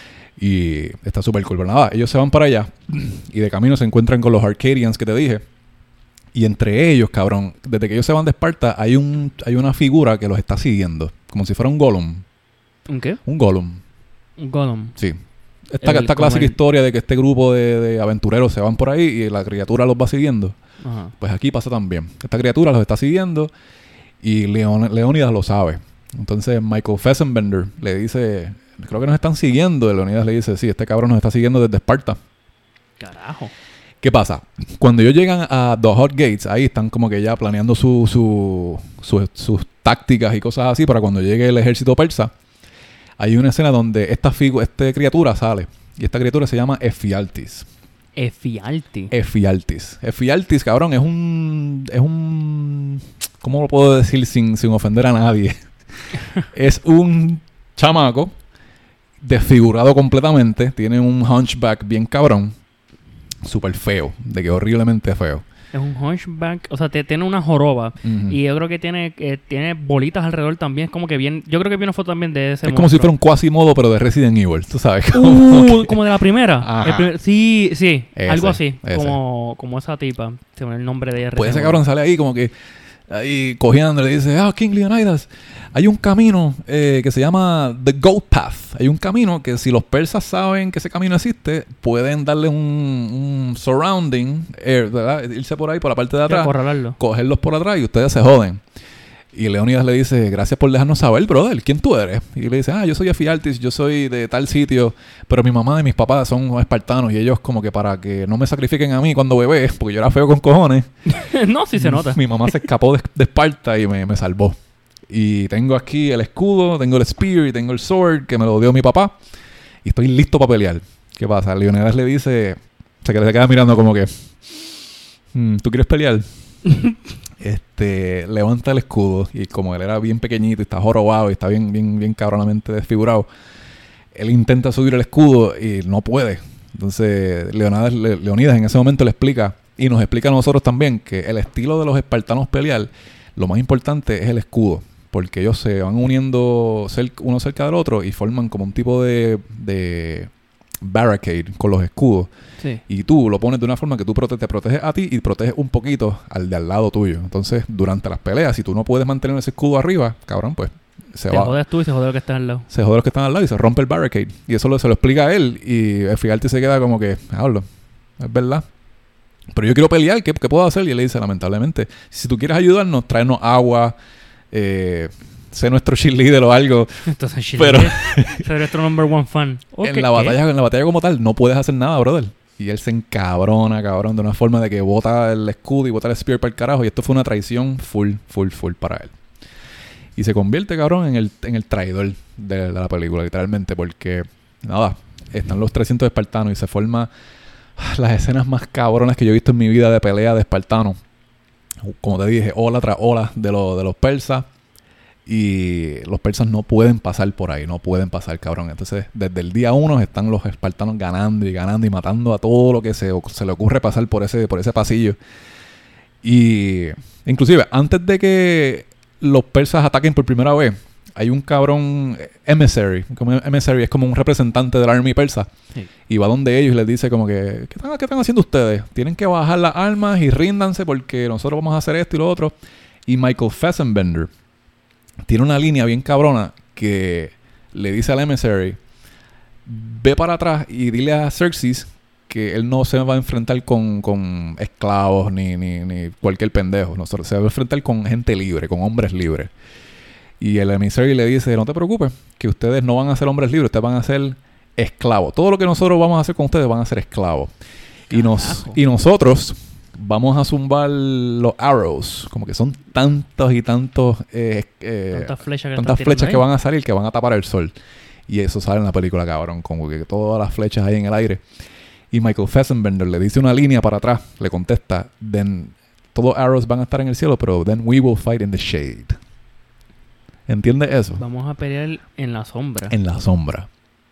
Y está súper cool. Pero nada, ellos se van para allá y de camino se encuentran con los Arcadians que te dije. Y entre ellos, cabrón, desde que ellos se van de Esparta, hay un hay una figura que los está siguiendo. Como si fuera un Gollum. ¿Un qué? Un Gollum, Un Gollum. sí. Esta, El- esta como clásica el- historia de que este grupo de, de aventureros se van por ahí y la criatura los va siguiendo. Ajá. Pues aquí pasa también. Esta criatura los está siguiendo y Leon, Leónidas lo sabe. Entonces Michael Fassbender le dice, creo que nos están siguiendo. Y Leónidas le dice, sí, este cabrón nos está siguiendo desde Esparta. Carajo. ¿Qué pasa? Cuando ellos llegan a The Hot Gates, ahí están como que ya planeando su, su, su- sus tácticas y cosas así para cuando llegue el ejército persa. Hay una escena donde esta, figu esta criatura sale. Y esta criatura se llama Ephialtes. Efialti. Ephialtes. Ephialtes, cabrón, es un... Es un... ¿Cómo lo puedo decir sin, sin ofender a nadie? Es un chamaco desfigurado completamente. Tiene un hunchback bien cabrón. Súper feo. De que horriblemente feo. Es un hunchback. O sea, te, tiene una joroba. Ujú. Y yo creo que tiene, eh, tiene bolitas alrededor también. Es como que bien... Yo creo que vi una foto también de ese Es como si fuera un Quasimodo, pero de Resident Evil. Tú sabes. Como Uh, que- como de la primera. Ajá. El primer- sí, sí. Ese, algo así. ese. Como, como esa tipa. Se me el nombre de ella. Pues ese recién. cabrón sale ahí como que... Ahí cogiendo, le dice, ah, King Leonidas, hay un camino eh, que se llama The Goat Path. Hay un camino que si los persas saben que ese camino existe, pueden darle un, un surrounding, air, ¿verdad? Irse por ahí, por la parte de Sí, atrás, acorralarlo. cogerlos por atrás y ustedes se joden. Y Leonidas le dice, gracias por dejarnos saber, brother, ¿quién tú eres? Y le dice, ah, yo soy Ephialtes, yo soy de tal sitio, pero mi mamá y mis papás son espartanos y ellos como que para que no me sacrifiquen a mí cuando bebé, porque yo era feo con cojones. No, sí se nota. Mi mamá se escapó de, de Esparta y me, me salvó. Y tengo aquí el escudo, tengo el spear y tengo el sword que me lo dio mi papá. Y estoy listo para pelear. ¿Qué pasa? Leonidas le dice... Se queda, se queda mirando como que... "Mm, ¿tú quieres pelear?" este, levanta el escudo y como él era bien pequeñito y está jorobado y está bien, bien, bien cabronamente desfigurado, él intenta subir el escudo y no puede. Entonces Leonidas, Le, Leonidas en ese momento le explica y nos explica a nosotros también que el estilo de los espartanos pelear, lo más importante es el escudo, porque ellos se van uniendo cer- uno cerca del otro y forman como un tipo de, de barricade con los escudos. Sí. Y tú lo pones de una forma que tú prote- te proteges a ti y proteges un poquito al de al lado tuyo. Entonces, durante las peleas, si tú no puedes mantener ese escudo arriba, cabrón, pues se te va. jodes tú y se jode lo que está al lado. Se jode los que están al lado y se rompe el barricade. Y eso lo, se lo explica a él. Y el Figarte se queda como que, hablo, es verdad. Pero yo quiero pelear, ¿qué, qué puedo hacer? Y él le dice, lamentablemente, si tú quieres ayudarnos, tráenos agua, eh, sé nuestro cheerleader o algo. Entonces, pero ser nuestro number one fan. Okay, en la batalla, en la batalla como tal, no puedes hacer nada, brother. Y él se encabrona, cabrón, de una forma de que bota el escudo y bota el spear para el carajo. Y esto fue una traición full, full, full para él. Y se convierte, cabrón, en el, en el traidor de, de la película, literalmente. Porque, nada, están los trescientos espartanos y se forma las escenas más cabronas que yo he visto en mi vida de pelea de espartanos. Como te dije, ola tras ola de, lo, de los persas. Y los persas no pueden pasar por ahí, no pueden pasar, cabrón. Entonces, desde el día uno están los espartanos ganando y ganando y matando a todo lo que se, se le ocurre pasar por ese, por ese pasillo. Y inclusive, antes de que los persas ataquen por primera vez, hay un cabrón emissary. Como emissary es como un representante del army persa. Sí. Y va donde ellos y les dice como que, ¿qué están, ¿qué están haciendo ustedes? Tienen que bajar las armas y ríndanse porque nosotros vamos a hacer esto y lo otro. Y Michael Fassbender tiene una línea bien cabrona que le dice al emissary, ve para atrás y dile a Xerxes que él no se va a enfrentar con, con esclavos ni, ni, ni cualquier pendejo. No, se va a enfrentar con gente libre, con hombres libres. Y el emissary le dice, no te preocupes, que ustedes no van a ser hombres libres, ustedes van a ser esclavos. Todo lo que nosotros vamos a hacer con ustedes van a ser esclavos. Y, nos, y nosotros vamos a zumbar los arrows, como que son tantos y tantos eh, eh, tantas flechas, que, tantas flechas que van a salir que van a tapar el sol. Y eso sale en la película, cabrón, como que todas las flechas ahí en el aire. Y Michael Fassbender le dice una línea para atrás, le contesta, then todos los arrows van a estar en el cielo, pero then we will fight in the shade. ¿Entiendes eso? Vamos a pelear en la sombra. En la sombra.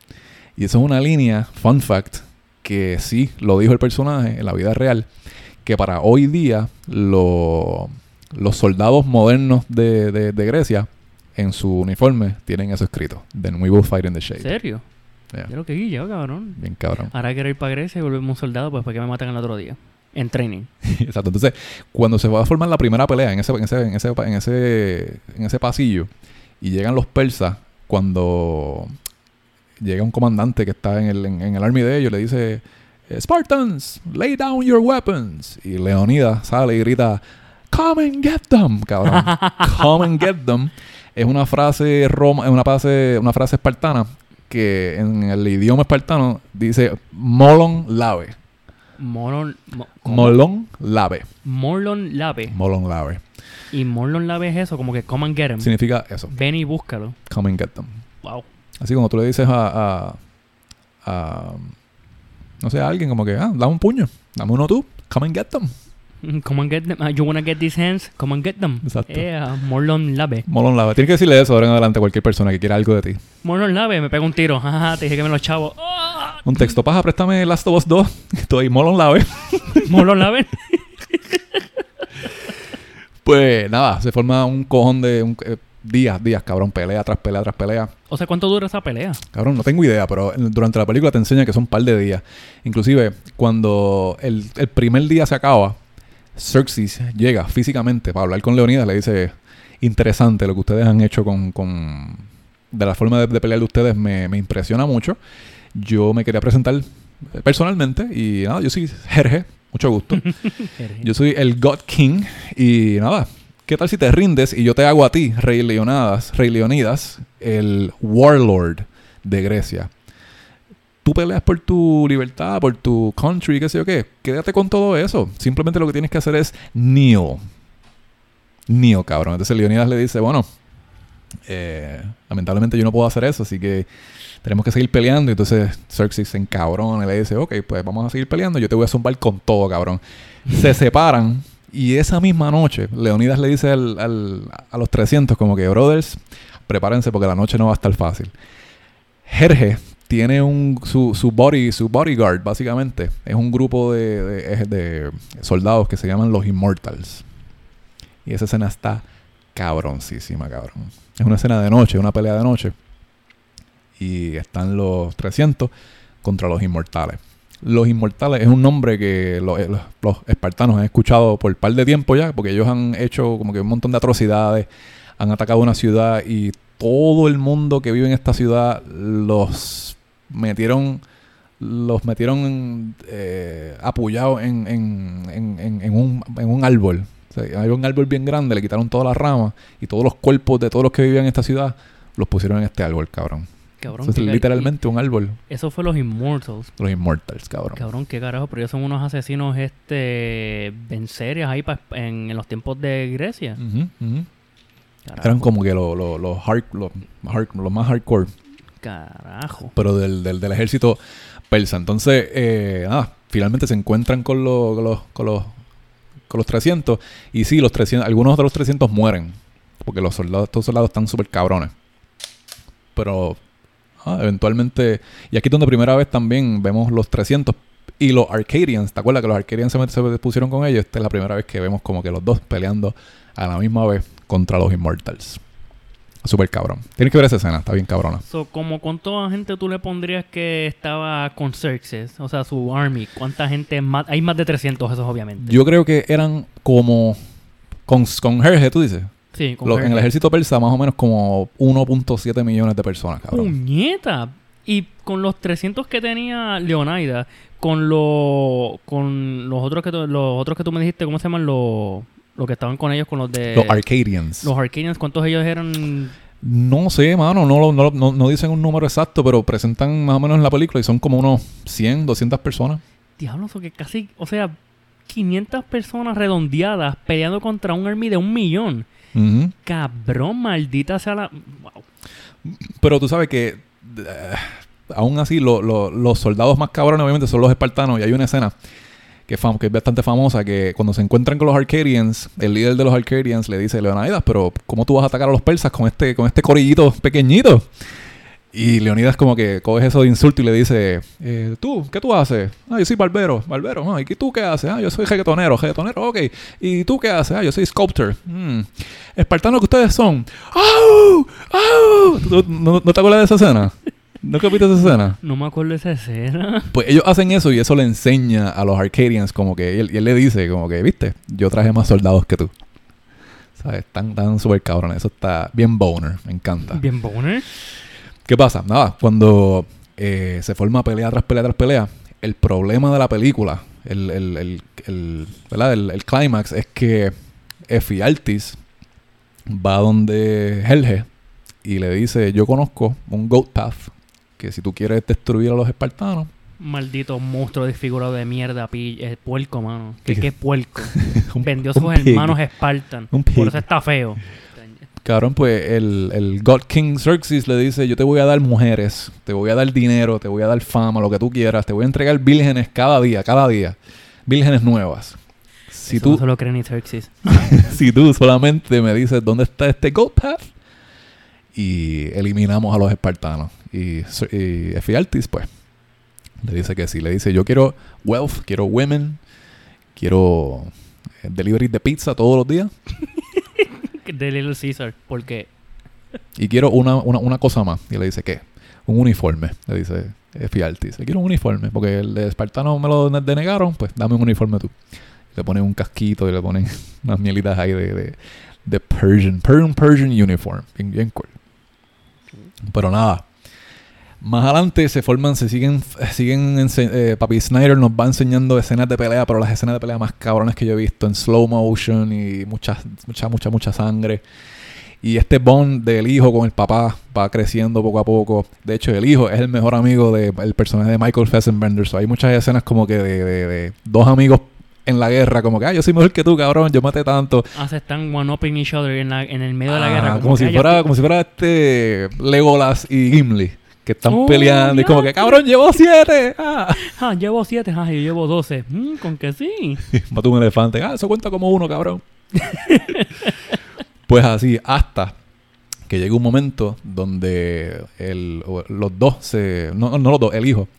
Y eso es una línea, fun fact, que sí lo dijo el personaje en la vida real, que para hoy día lo, los soldados modernos de, de, de Grecia en su uniforme tienen eso escrito. Then we will fight in the shade. ¿En serio? Yeah. Yo lo que guillo, cabrón. Bien cabrón. Ahora quiero ir para Grecia y volverme un soldado, pues para que me maten el otro día. En training. Exacto. Entonces, cuando se va a formar la primera pelea en ese, en ese, en ese, en ese, en ese pasillo y llegan los persas, cuando llega un comandante que está en el, en, en el army de ellos, le dice, Spartans, lay down your weapons. Y Leonidas sale y grita, come and get them, cabrón. Come and get them. Es una frase roma, es una frase, una frase espartana que en el idioma espartano dice molon lave. Molon, mo, molon lave. Molon lave. Molon lave. Y molon lave es eso, como que come and get them. Significa eso. Ven y búscalo. Come and get them. Wow. Así como tú le dices a, a, a no sé, a alguien como que, ah, dame un puño, dame uno tú, come and get them. Come and get them. Uh, you wanna get these hands? Come and get them. Exacto. Yeah, molon lave. Molon lave. Tienes que decirle eso ahora en adelante a cualquier persona que quiera algo de ti. Molon lave, me pega un tiro. Jaja, te dije que me lo chavo. Un texto, paja, préstame Last of Us dos. Estoy molon lave. Molon lave. Pues nada, se forma un cojón de un, eh, días, días, cabrón, pelea tras pelea tras pelea. O sea, ¿cuánto dura esa pelea? Cabrón, no tengo idea, pero durante la película te enseña que son un par de días. Inclusive, cuando el, el primer día se acaba, Xerxes llega físicamente para hablar con Leonidas, le dice, interesante lo que ustedes han hecho con... con de la forma de, de pelear de ustedes me, me impresiona mucho. Yo me quería presentar personalmente y nada, yo soy Jerje, mucho gusto. Yo soy el God King y nada, ¿qué tal si te rindes y yo te hago a ti, Rey Leonidas, Rey Leonidas, el Warlord de Grecia? Tú peleas por tu libertad, por tu country, qué sé yo qué. Quédate con todo eso. Simplemente lo que tienes que hacer es kneel. Kneel, cabrón. Entonces Leonidas le dice, bueno, eh, lamentablemente yo no puedo hacer eso, así que tenemos que seguir peleando. Y entonces Xerxes se encabrona y le dice, ok, pues vamos a seguir peleando. Yo te voy a zumbar con todo, cabrón. Se separan Y esa misma noche, Leonidas le dice al, al, a los trescientos como que, brothers, prepárense porque la noche no va a estar fácil. Jerjes tiene un su, su, body, su bodyguard, básicamente. Es un grupo de, de, de soldados que se llaman los Immortals. Y esa escena está cabroncísima, cabrón. Es una escena de noche, una pelea de noche. Y están los trescientos contra los Inmortales. Los Inmortales es un nombre que los, los, los espartanos han escuchado por un par de tiempo ya, porque ellos han hecho como que un montón de atrocidades, han atacado una ciudad y todo el mundo que vive en esta ciudad los metieron los metieron eh, apoyados en, en, en, en, en, un, en un árbol. O sea, hay un árbol bien grande, le quitaron todas las ramas y todos los cuerpos de todos los que vivían en esta ciudad los pusieron en este árbol, cabrón. Cabrón, Entonces, literalmente un árbol. Eso fue los Immortals. Los Immortals, cabrón. Cabrón, qué carajo, pero ellos son unos asesinos este en series ahí pa, en, en los tiempos de Grecia. Uh-huh, uh-huh. Eran como que los lo, lo hard, lo, hard, lo más hardcore. Carajo. Pero del, del, del ejército persa. Entonces, eh, nada, finalmente se encuentran con los, con los, con los, con los trescientos. Y sí, los trescientos, algunos de los trescientos mueren. Porque los soldados, estos soldados están súper cabrones. Pero ah, eventualmente... Y aquí es donde primera vez también vemos los trescientos y los Arcadians. ¿Te acuerdas que los Arcadians se, se pusieron con ellos? Esta es la primera vez que vemos como que los dos peleando a la misma vez contra los Immortals. Súper cabrón. Tienes que ver esa escena, está bien cabrona. So, como con toda gente tú le pondrías que estaba con Xerxes, o sea, su army. ¿Cuánta gente más? Hay más de trescientos, esos obviamente. Yo creo que eran como... Con, con Jerjes, tú dices. Sí, con Lo, en el ejército persa más o menos como uno punto siete millones de personas, cabrón. ¡Puñeta! Y con los trescientos que tenía Leonidas, con los con los otros que tú, los otros que tú me dijiste, ¿cómo se llaman los los que estaban con ellos con los de los Arcadians? Los Arcadians, ¿cuántos ellos eran? No sé, mano, no, no, no, no dicen un número exacto, pero presentan más o menos en la película y son como unos cien, doscientas personas. Diablo, eso que casi, o sea, quinientas personas redondeadas peleando contra un army de un millón. Uh-huh. Cabrón, maldita sea la... Wow. Pero tú sabes que uh, aún así lo, lo, los soldados más cabrones obviamente son los espartanos. Y hay una escena que, fam- que es bastante famosa, que cuando se encuentran con los Arcadians, el líder de los Arcadians le dice: Leonidas, pero ¿cómo tú vas a atacar a los persas con este, con este corillito pequeñito? Y Leonidas como que coge eso de insulto y le dice: eh, ¿tú? ¿Qué tú haces? Ah, yo soy barbero. Barbero. Ah, ¿y tú qué haces? Ah, yo soy reggaetonero. Reggaetonero, ok. ¿Y tú qué haces? Ah, yo soy sculptor. Mm. ¿Espartanos que ustedes son? ¡Oh! ¡Oh! ¿Tú, no, ¿No te acuerdas de esa escena? ¿No viste esa escena? No me acuerdo de esa escena. Pues ellos hacen eso y eso le enseña a los Arcadians como que... Y él, y él le dice como que, ¿viste? Yo traje más soldados que tú. ¿Sabes? Están tan súper cabrones. Eso está bien boner. Me encanta. ¿Bien boner? ¿Qué pasa? Nada, cuando eh, se forma pelea tras pelea tras pelea, el problema de la película, el, el, el, el, ¿verdad? el, el clímax es que Ephialtes va donde Jerjes y le dice: yo conozco un goat path que si tú quieres destruir a los espartanos... Maldito monstruo desfigurado de mierda, pi- eh, puerco, mano. ¿Qué, qué puerco? un, Vendió un sus pig. hermanos Espartan. Un Por pig. eso está feo. Cabrón, pues el, el God King Xerxes le dice: yo te voy a dar mujeres, te voy a dar dinero, te voy a dar fama, lo que tú quieras, te voy a entregar vírgenes cada día, cada día, vírgenes nuevas. Si Eso tú, no se lo cree ni Xerxes. si tú solamente me dices dónde está este Goat Path, y eliminamos a los espartanos. Y, y Ephialtes, pues, le dice que sí. Le dice: yo quiero wealth, quiero women, quiero eh, delivery de pizza todos los días. De Little Caesar, porque... Y quiero una, una, una cosa más. Y le dice: ¿qué? Un uniforme. Le dice Ephialtes: le quiero un uniforme, porque el de espartano me lo denegaron, pues dame un uniforme tú. Le ponen un casquito y le ponen unas mielitas ahí de, de, de Persian, Persian, Persian uniform. Bien, bien cool. Pero nada. Más adelante se forman, se siguen, siguen ense- eh, Papi Snyder nos va enseñando escenas de pelea, pero las escenas de pelea más cabronas que yo he visto en slow motion y mucha, mucha, mucha, mucha sangre. Y este bond del hijo con el papá va creciendo poco a poco. De hecho, el hijo es el mejor amigo del de, personaje de Michael Fassbender. So, hay muchas escenas como que de, de, de dos amigos en la guerra, como que, ah, yo soy mejor que tú, cabrón, yo maté tanto. Ah, se están one-upping each other en, la, en el medio de la Ah, guerra. Como, como, si que, fuera, ah, como si fuera este Legolas y Gimli. que están Oh, peleando y como que, cabrón, llevo siete. Ah. Ah, llevo siete, ah, yo llevo doce. Mm, con que sí. Mató un elefante. Ah, eso cuenta como uno, cabrón. Pues así, hasta que llega un momento donde el, los dos se... No, no los dos, el hijo.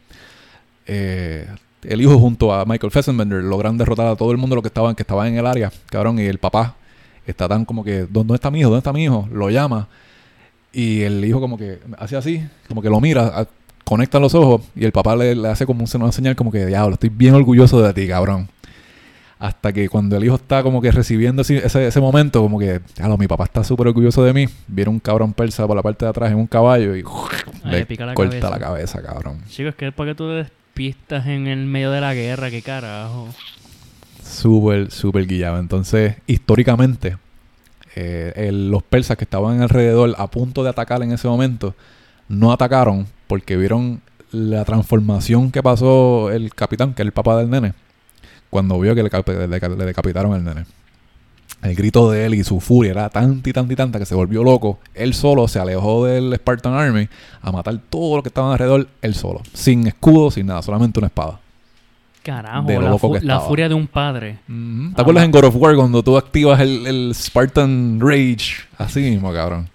Eh, el hijo junto a Michael Fassbender logran derrotar a todo el mundo lo que estaban, que estaban en el área, cabrón, y el papá está tan como que, ¿dónde está mi hijo? ¿Dónde está mi hijo? Lo llama. Y el hijo como que hace así, como que lo mira, a, conecta los ojos y el papá le, le hace como una señal como que, diablo, estoy bien orgulloso de ti, cabrón. Hasta que cuando el hijo está como que recibiendo ese, ese momento, como que, diablo, mi papá está súper orgulloso de mí. Viene un cabrón persa por la parte de atrás en un caballo y Ay, le pica la corta cabeza. la cabeza, cabrón. Chicos, que es para que tú despistas en el medio de la guerra, qué carajo. Súper, súper guillado. Entonces, históricamente, eh, el, los persas que estaban alrededor a punto de atacar en ese momento, no atacaron porque vieron la transformación que pasó el capitán, que es el papá del nene, cuando vio que le, le, le decapitaron al nene. El grito de él y su furia era tanta y tanta y tanta que se volvió loco. Él solo se alejó del Spartan Army a matar todo lo que estaban alrededor, él solo. Sin escudo, sin nada, solamente una espada. Carajo, De lo la, loco fu- que la estaba. furia de un padre. Mm-hmm. ¿Te acuerdas Ah, en God of War cuando tú activas el, el Spartan Rage? Así mismo, cabrón.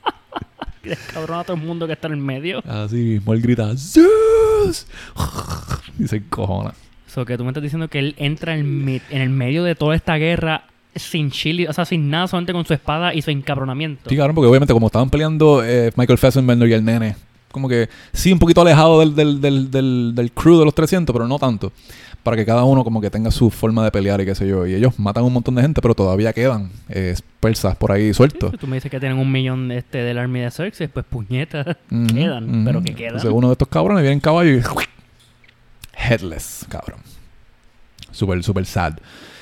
Cabrón a todo el mundo que está en el medio. Así mismo, él grita ¡Zeus! Y se encojona. So que tú me estás diciendo que él entra en, mi- en el medio de toda esta guerra sin chile, o sea, sin nada, solamente con su espada y su encabronamiento. Sí, cabrón, porque obviamente como estaban peleando eh, Michael Fassbender y el nene, como que sí, un poquito alejado del, del, del, del, del crew de los trescientos, pero no tanto. Para que cada uno como que tenga su forma de pelear y qué sé yo. Y ellos matan un montón de gente, pero todavía quedan eh, persas por ahí sueltos. Sí, tú me dices que tienen un millón este, del Army de Xerxes, pues puñetas, Ujú, quedan, ujú. pero que quedan. Entonces uno de estos cabrones viene en caballo y... Headless, cabrón. Súper, súper sad.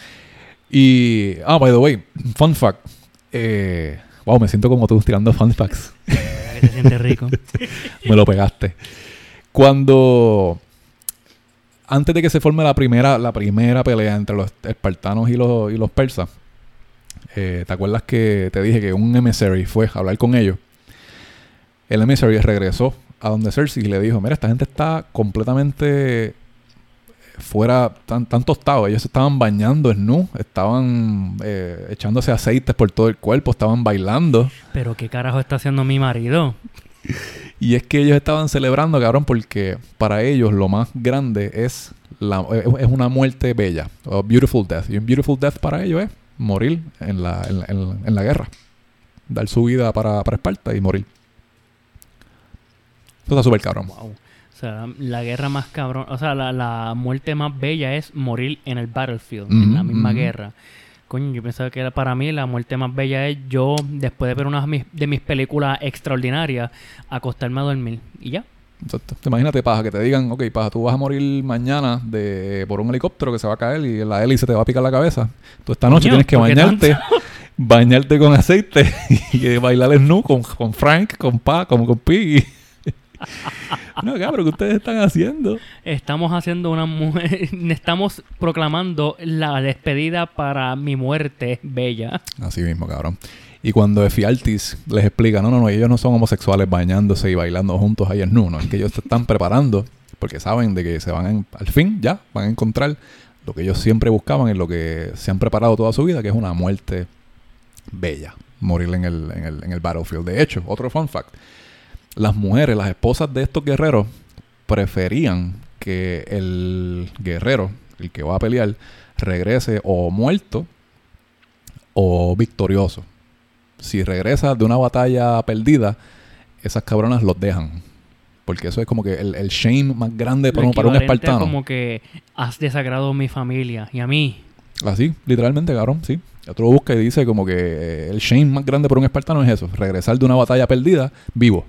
Y... Ah, by the way, fun fact. Eh, wow, me siento como tú tirando fun facts. Que se siente rico. Me lo pegaste. Cuando... Antes de que se forme la primera, la primera pelea entre los espartanos y los, y los persas, eh, ¿te acuerdas que te dije que un emissary fue a hablar con ellos? El emissary regresó a donde Cersei y le dijo, mira, esta gente está completamente fuera, tan, tan tostados. Ellos se estaban bañando desnudos, estaban eh, echándose aceites por todo el cuerpo, estaban bailando. Pero qué carajo está haciendo mi marido. Y es que ellos estaban celebrando, cabrón, porque para ellos lo más grande es la, es una muerte bella, o beautiful death. Y un beautiful death para ellos es morir en la, en, en, en la guerra. Dar su vida para, para Esparta y morir. Eso está súper cabrón. Wow. O sea, la guerra más cabrón, o sea, la, la muerte más bella es morir en el battlefield, Mm-hmm, en la misma mm-hmm. guerra. Coño, yo pensaba que era para mí la muerte más bella es yo, después de ver una de mis, de mis películas extraordinarias, acostarme a dormir. Y ya. Exacto. Imagínate, paja, que te digan, ok, paja, tú vas a morir mañana de por un helicóptero que se va a caer y la hélice te va a picar la cabeza. Tú esta noche Coño, tienes que ¿por qué bañarte, tanto? bañarte con aceite y bailar snu con, con Frank, con Pa, con, con Piggy. No, cabrón, ¿qué ustedes están haciendo? Estamos haciendo una mujer, estamos proclamando la despedida para mi muerte bella. Así mismo, cabrón. Y cuando Ephialtes les explica, no, no, no, ellos no son homosexuales bañándose y bailando juntos ahí en nu, no, es que ellos se están preparando porque saben de que se van a, en- al fin ya van a encontrar lo que ellos siempre buscaban y lo que se han preparado toda su vida, que es una muerte bella, morir en el, en el, en el battlefield. De hecho, otro fun fact, las mujeres, las esposas de estos guerreros preferían que el guerrero, el que va a pelear, regrese o muerto o victorioso. Si regresa de una batalla perdida, esas cabronas los dejan. Porque eso es como que el, el shame más grande para, Lo un- para un equivalente a espartano. como que has desagrado a mi familia y a mí. Así, literalmente, cabrón, sí. Otro lo busca y dice como que eh, el shame más grande para un espartano es eso. Regresar de una batalla perdida vivo.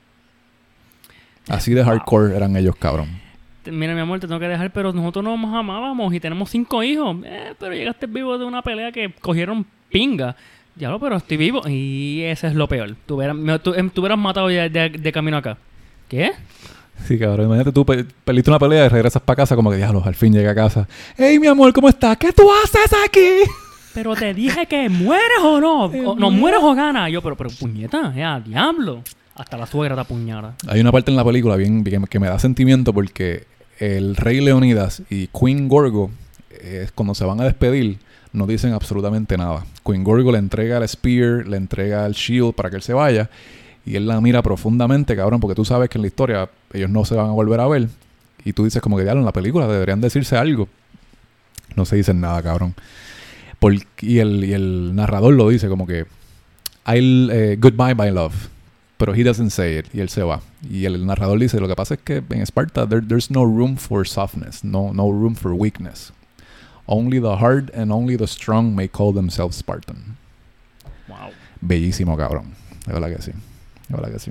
Así de hardcore eran ellos, cabrón. Mira, mi amor, te tengo que dejar, pero nosotros nos amábamos y tenemos cinco hijos. Eh, pero llegaste vivo de una pelea que cogieron pinga. Ya lo, pero estoy vivo. Y ese es lo peor. Tú hubieras, me- tú, em, tú hubieras matado ya de, de camino acá. ¿Qué? Sí, cabrón. Imagínate tú pe- perdiste una pelea y regresas para casa como que diablo, al fin llegué a casa. Hey, mi amor, ¿cómo estás? ¿Qué tú haces aquí? Pero te dije que mueres o no. O, no, mueres o ganas. Yo, pero, pero puñeta, ya, diablo. Hasta la suegra te apuñala. Hay una parte en la película bien, bien que me da sentimiento porque el Rey Leonidas y Queen Gorgo, eh, cuando se van a despedir, no dicen absolutamente nada. Queen Gorgo le entrega el spear, le entrega el shield para que él se vaya. Y él la mira profundamente, cabrón, porque tú sabes que en la historia ellos no se van a volver a ver. Y tú dices como que, diablo, en la película deberían decirse algo. No se dicen nada, cabrón. Por, y, el, y el narrador lo dice como que, I'll, uh, goodbye, my love. Pero he doesn't say it. Y él se va. Y el, el narrador dice, lo que pasa es que en Esparta, there, there's no room for softness. No, no room for weakness. Only the hard and only the strong may call themselves Spartan. Wow. Bellísimo, cabrón. De verdad que sí. De verdad que sí.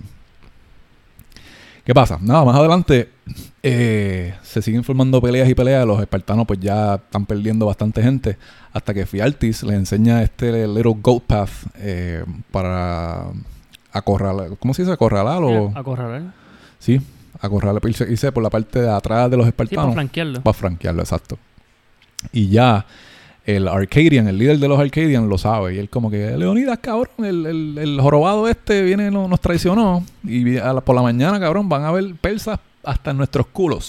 ¿Qué pasa? Nada, más adelante eh, se siguen formando peleas y peleas. Los espartanos pues ya están perdiendo bastante gente. Hasta que Fialtis le enseña este little goat path eh, para acorralar. ¿Cómo se dice? ¿Acorralar o...? Acorralar. Sí, acorralar. Irse por la parte de atrás de los espartanos. Sí, para franquearlo. Para franquearlo, exacto. Y ya... el Arcadian, el líder de los Arcadian, lo sabe. Y él como que, Leonidas, cabrón, el, el, el jorobado este viene, no, nos traicionó. Y a la, por la mañana, cabrón, van a ver persas hasta en nuestros culos.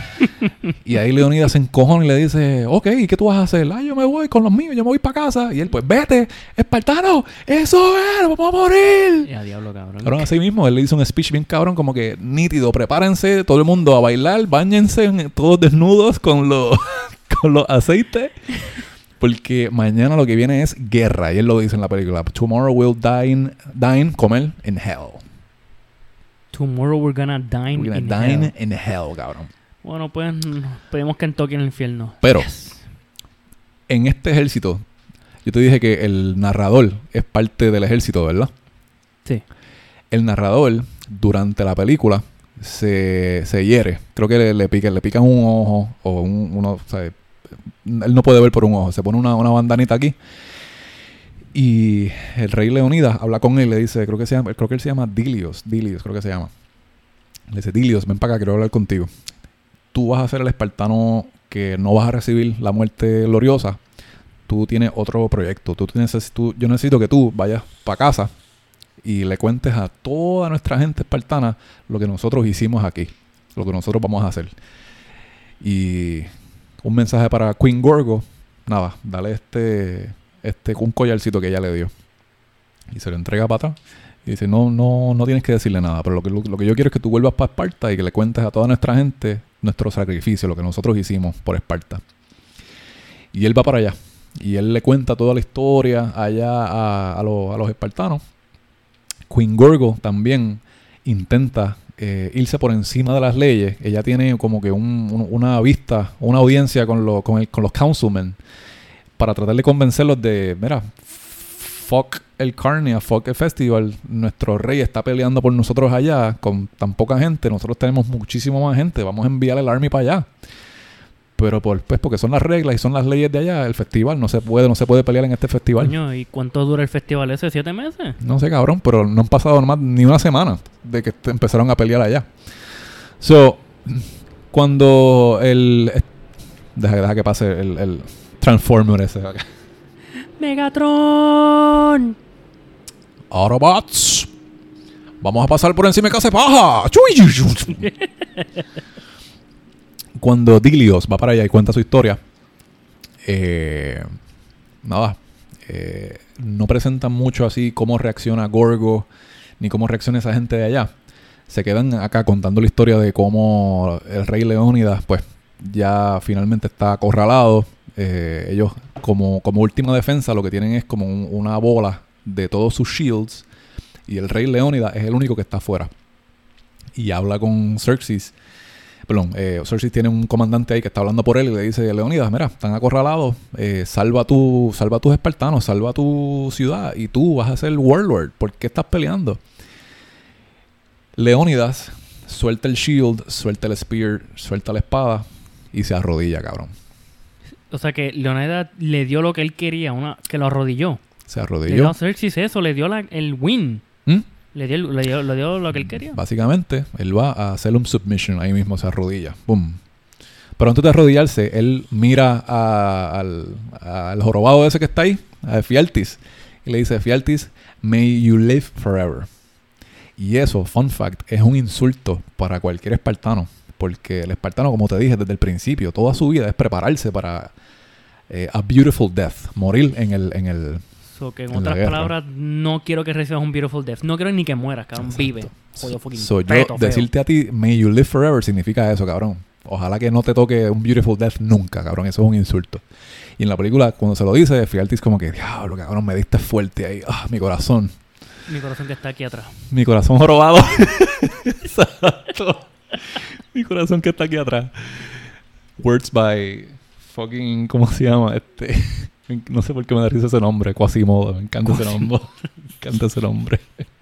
Y ahí Leonidas se encojona y le dice, ok, ¿y qué tú vas a hacer? Ah, yo me voy con los míos, yo me voy para casa. Y él, pues, vete, espartano, eso es, vamos a morir. Y a diablo, cabrón. Cabrón, así mismo, él le hizo un speech bien cabrón, como que nítido, prepárense, todo el mundo a bailar, báñense todos desnudos con los, con los aceites. Porque mañana lo que viene es guerra. Y él lo dice en la película. Tomorrow we'll dine, dine, comer, in hell. Tomorrow we're gonna dine, we're gonna in, dine hell. in hell, cabrón. Bueno, pues pedimos Kentucky en el infierno. Pero, yes. En este ejército, yo te dije que el narrador es parte del ejército, ¿verdad? Sí. El narrador, durante la película, se, se hiere. Creo que le, le, pican, le pican un ojo o un, uno, o sea, él no puede ver por un ojo. Se pone una, una bandanita aquí. Y el rey Leonidas habla con él y le dice, creo que se llama, creo que él se llama Dilios, Dilios, creo que se llama. Le dice, Dilios, ven para acá, quiero hablar contigo. Tú vas a ser el espartano que no vas a recibir la muerte gloriosa. Tú tienes otro proyecto. Tú tienes, tú, yo necesito que tú vayas para casa y le cuentes a toda nuestra gente espartana lo que nosotros hicimos aquí, lo que nosotros vamos a hacer. Y un mensaje para Queen Gorgo, nada, dale este, este un collarcito que ella le dio. Y se lo entrega para atrás. Y dice, no, no, no tienes que decirle nada, pero lo que, lo, lo que yo quiero es que tú vuelvas para Esparta y que le cuentes a toda nuestra gente nuestro sacrificio, lo que nosotros hicimos por Esparta. Y él va para allá. Y él le cuenta toda la historia allá a, a, los, a los espartanos. Queen Gorgo también intenta eh, irse por encima de las leyes. Ella tiene como que un, un, una vista, una audiencia con, lo, con, el, con los councilmen para tratar de convencerlos de, mira, fuck el Carnia, fuck el festival. Nuestro rey está peleando por nosotros allá con tan poca gente. Nosotros tenemos muchísimo más gente. Vamos a enviar el army para allá. Pero por, pues porque son las reglas y son las leyes de allá, el festival no se puede, no se puede pelear en este festival. Coño, ¿y cuánto dura el festival ese? ¿Siete meses? No sé, cabrón, pero no han pasado nomás ni una semana de que empezaron a pelear allá. So, cuando el... Deja, deja que pase el, el Transformer ese acá. ¡Megatron! Autobots, vamos a pasar por encima de casa de paja. ¡Chuy! Cuando Dilios va para allá y cuenta su historia, eh, nada, eh, no presentan mucho así cómo reacciona Gorgo, ni cómo reacciona esa gente de allá. Se quedan acá contando la historia de cómo el rey Leónidas, pues, ya finalmente está acorralado. Eh, ellos, como, como última defensa, lo que tienen es como un, una bola de todos sus shields, y el rey Leónidas es el único que está afuera. Y habla con Xerxes. Perdón, eh, Xerxes tiene un comandante ahí que está hablando por él y le dice, Leónidas, mira, están acorralados, eh, salva, tu, salva a tus espartanos, salva a tu ciudad y tú vas a ser warlord. ¿Por qué estás peleando? Leónidas suelta el shield, suelta el spear, suelta la espada y se arrodilla, cabrón. O sea que Leónidas le dio lo que él quería, una que lo arrodilló. Se arrodilló. Le dio a Xerxes eso, le dio la, el win. ¿Mm? Le dio, le, dio, le dio lo que él quería. Básicamente, él va a hacer un submission. Ahí mismo se arrodilla. ¡Bum! Pero antes de arrodillarse, él mira a, al, al jorobado ese que está ahí, a Fialtis, y le dice, Fialtis, may you live forever. Y eso, fun fact, es un insulto para cualquier espartano. Porque el espartano, como te dije desde el principio, toda su vida es prepararse para eh, a beautiful death. Morir en el... En el so que en, en otras la guerra. palabras, no quiero que recibas un beautiful death. No quiero ni que mueras, cabrón. Exacto. Vive. Joder, fucking So, yo peto, feo. decirte a ti, may you live forever, significa eso, cabrón. Ojalá que no te toque un beautiful death nunca, cabrón. Eso es un insulto. Y en la película, cuando se lo dice, fíjate, es como que, diablo, cabrón, me diste fuerte ahí. Ah, mi corazón. Mi corazón que está aquí atrás. Mi corazón jorobado. Exacto. Mi corazón que está aquí atrás. Words by fucking... ¿Cómo se llama? Este... No sé por qué me da risa ese nombre. Quasimodo. Me encanta ese nombre. Me encanta ese nombre.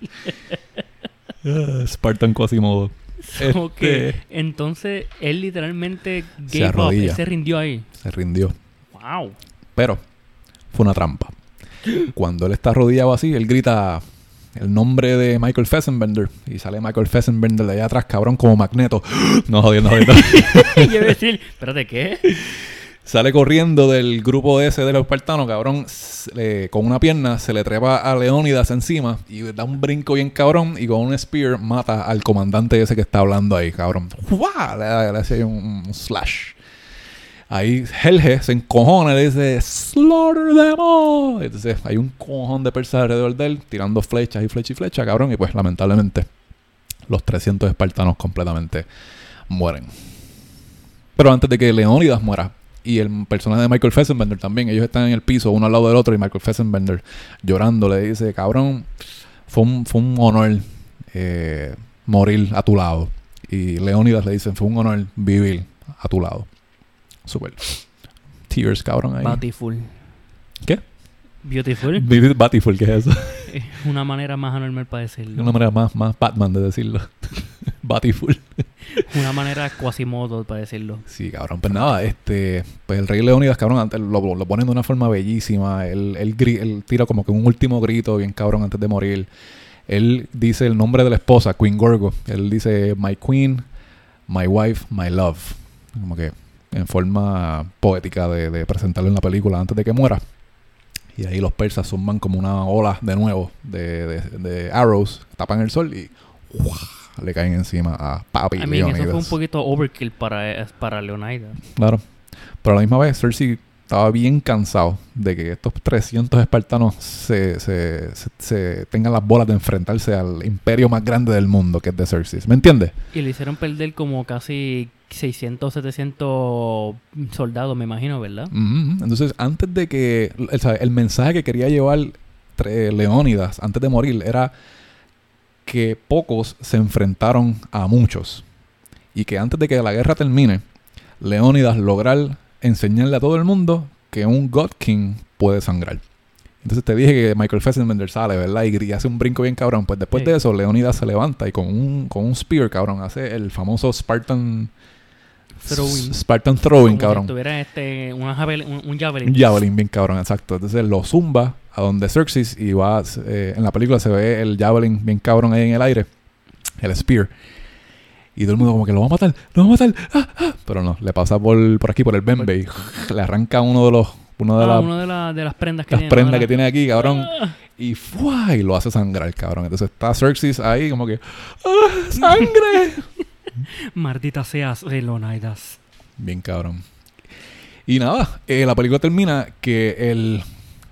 uh, Spartan Quasimodo. So Este, que, entonces, él literalmente se gave up. arrodilla. Él se rindió ahí. Se rindió. Wow. Pero fue una trampa. Cuando él está arrodillado así, él grita el nombre de Michael Fassbender. Y sale Michael Fassbender de allá atrás, cabrón, como Magneto. No, jodiendo, jodiendo. Yo iba a decir, espérate, ¿qué? Sale corriendo del grupo ese de los espartanos, cabrón, eh, con una pierna, se le trepa a Leónidas encima y da un brinco bien cabrón y con un spear mata al comandante ese que está hablando ahí, cabrón. ¡Fua! Le, le hace un, un slash. Ahí Helge se encojona y le dice ¡Slaughter them all! Entonces hay un cojón de persas alrededor de él tirando flechas y flechas y flechas, cabrón. Y pues lamentablemente los trescientos espartanos completamente mueren. Pero antes de que Leónidas muera, y el personaje de Michael Fassbender también, ellos están en el piso uno al lado del otro y Michael Fassbender llorando le dice, cabrón, fue un, fue un honor eh, morir a tu lado. Y Leónidas le dice, fue un honor vivir a tu lado. Super tears, cabrón, ahí. Beautiful. ¿Qué? Beautiful. Beautiful, ¿qué es eso? Es una manera más anormal para decirlo. Una manera más, más Batman de decirlo. Beautiful. Una manera Quasimodo para decirlo. Sí, cabrón. Pues nada, este... Pues el rey Leónidas, cabrón, antes lo, lo ponen de una forma bellísima. Él, él, gri- él tira como que un último grito bien cabrón antes de morir. Él dice el nombre de la esposa, Queen Gorgo. Él dice, my queen, my wife, my love. Como que en forma poética de, de presentarlo en la película antes de que muera. Y ahí los persas zumban como una ola de nuevo de, de, de arrows, tapan el sol y ¡uah! Le caen encima a papi I mean, Leónidas. eso fue un poquito overkill para, para Leonidas. Claro. Pero a la misma vez Cersei estaba bien cansado de que estos trescientos espartanos se, se, se, se tengan las bolas de enfrentarse al imperio más grande del mundo, que es de Cersei. ¿Me entiendes? Y le hicieron perder como casi seiscientos, setecientos soldados, me imagino, ¿verdad? Mm-hmm. Entonces, antes de que... El, ¿sabes? el mensaje que quería llevar tre- Leónidas antes de morir era que pocos se enfrentaron a muchos. Y que antes de que la guerra termine, Leónidas lograr enseñarle a todo el mundo que un God King puede sangrar. Entonces te dije que Michael Fassbender sale, ¿verdad? Y, y hace un brinco bien cabrón. Pues después sí. de eso, Leónidas se levanta y con un, con un spear, cabrón, hace el famoso Spartan... Throwing. Spartan Throwing, como cabrón. Si tuviera este, una javel, un, un javelin. Un javelin bien cabrón, exacto. Entonces lo zumba a donde Cersei y va... Eh, en la película se ve el javelin bien cabrón ahí en el aire. El spear. Y todo el mundo como que lo va a matar, lo va a matar. ¡Ah, ah! Pero no, le pasa por, por aquí, por el bembe. Y le arranca uno de los... Uno de, ah, la, uno de, la, de las prendas que las tiene. prendas ahora. que tiene aquí, cabrón. Ah. Y ¡fua! Y lo hace sangrar, cabrón. Entonces está Cersei ahí como que... ¡Ah, sangre! Maldita seas, Leonidas. Bien cabrón. Y nada, eh, la película termina que el,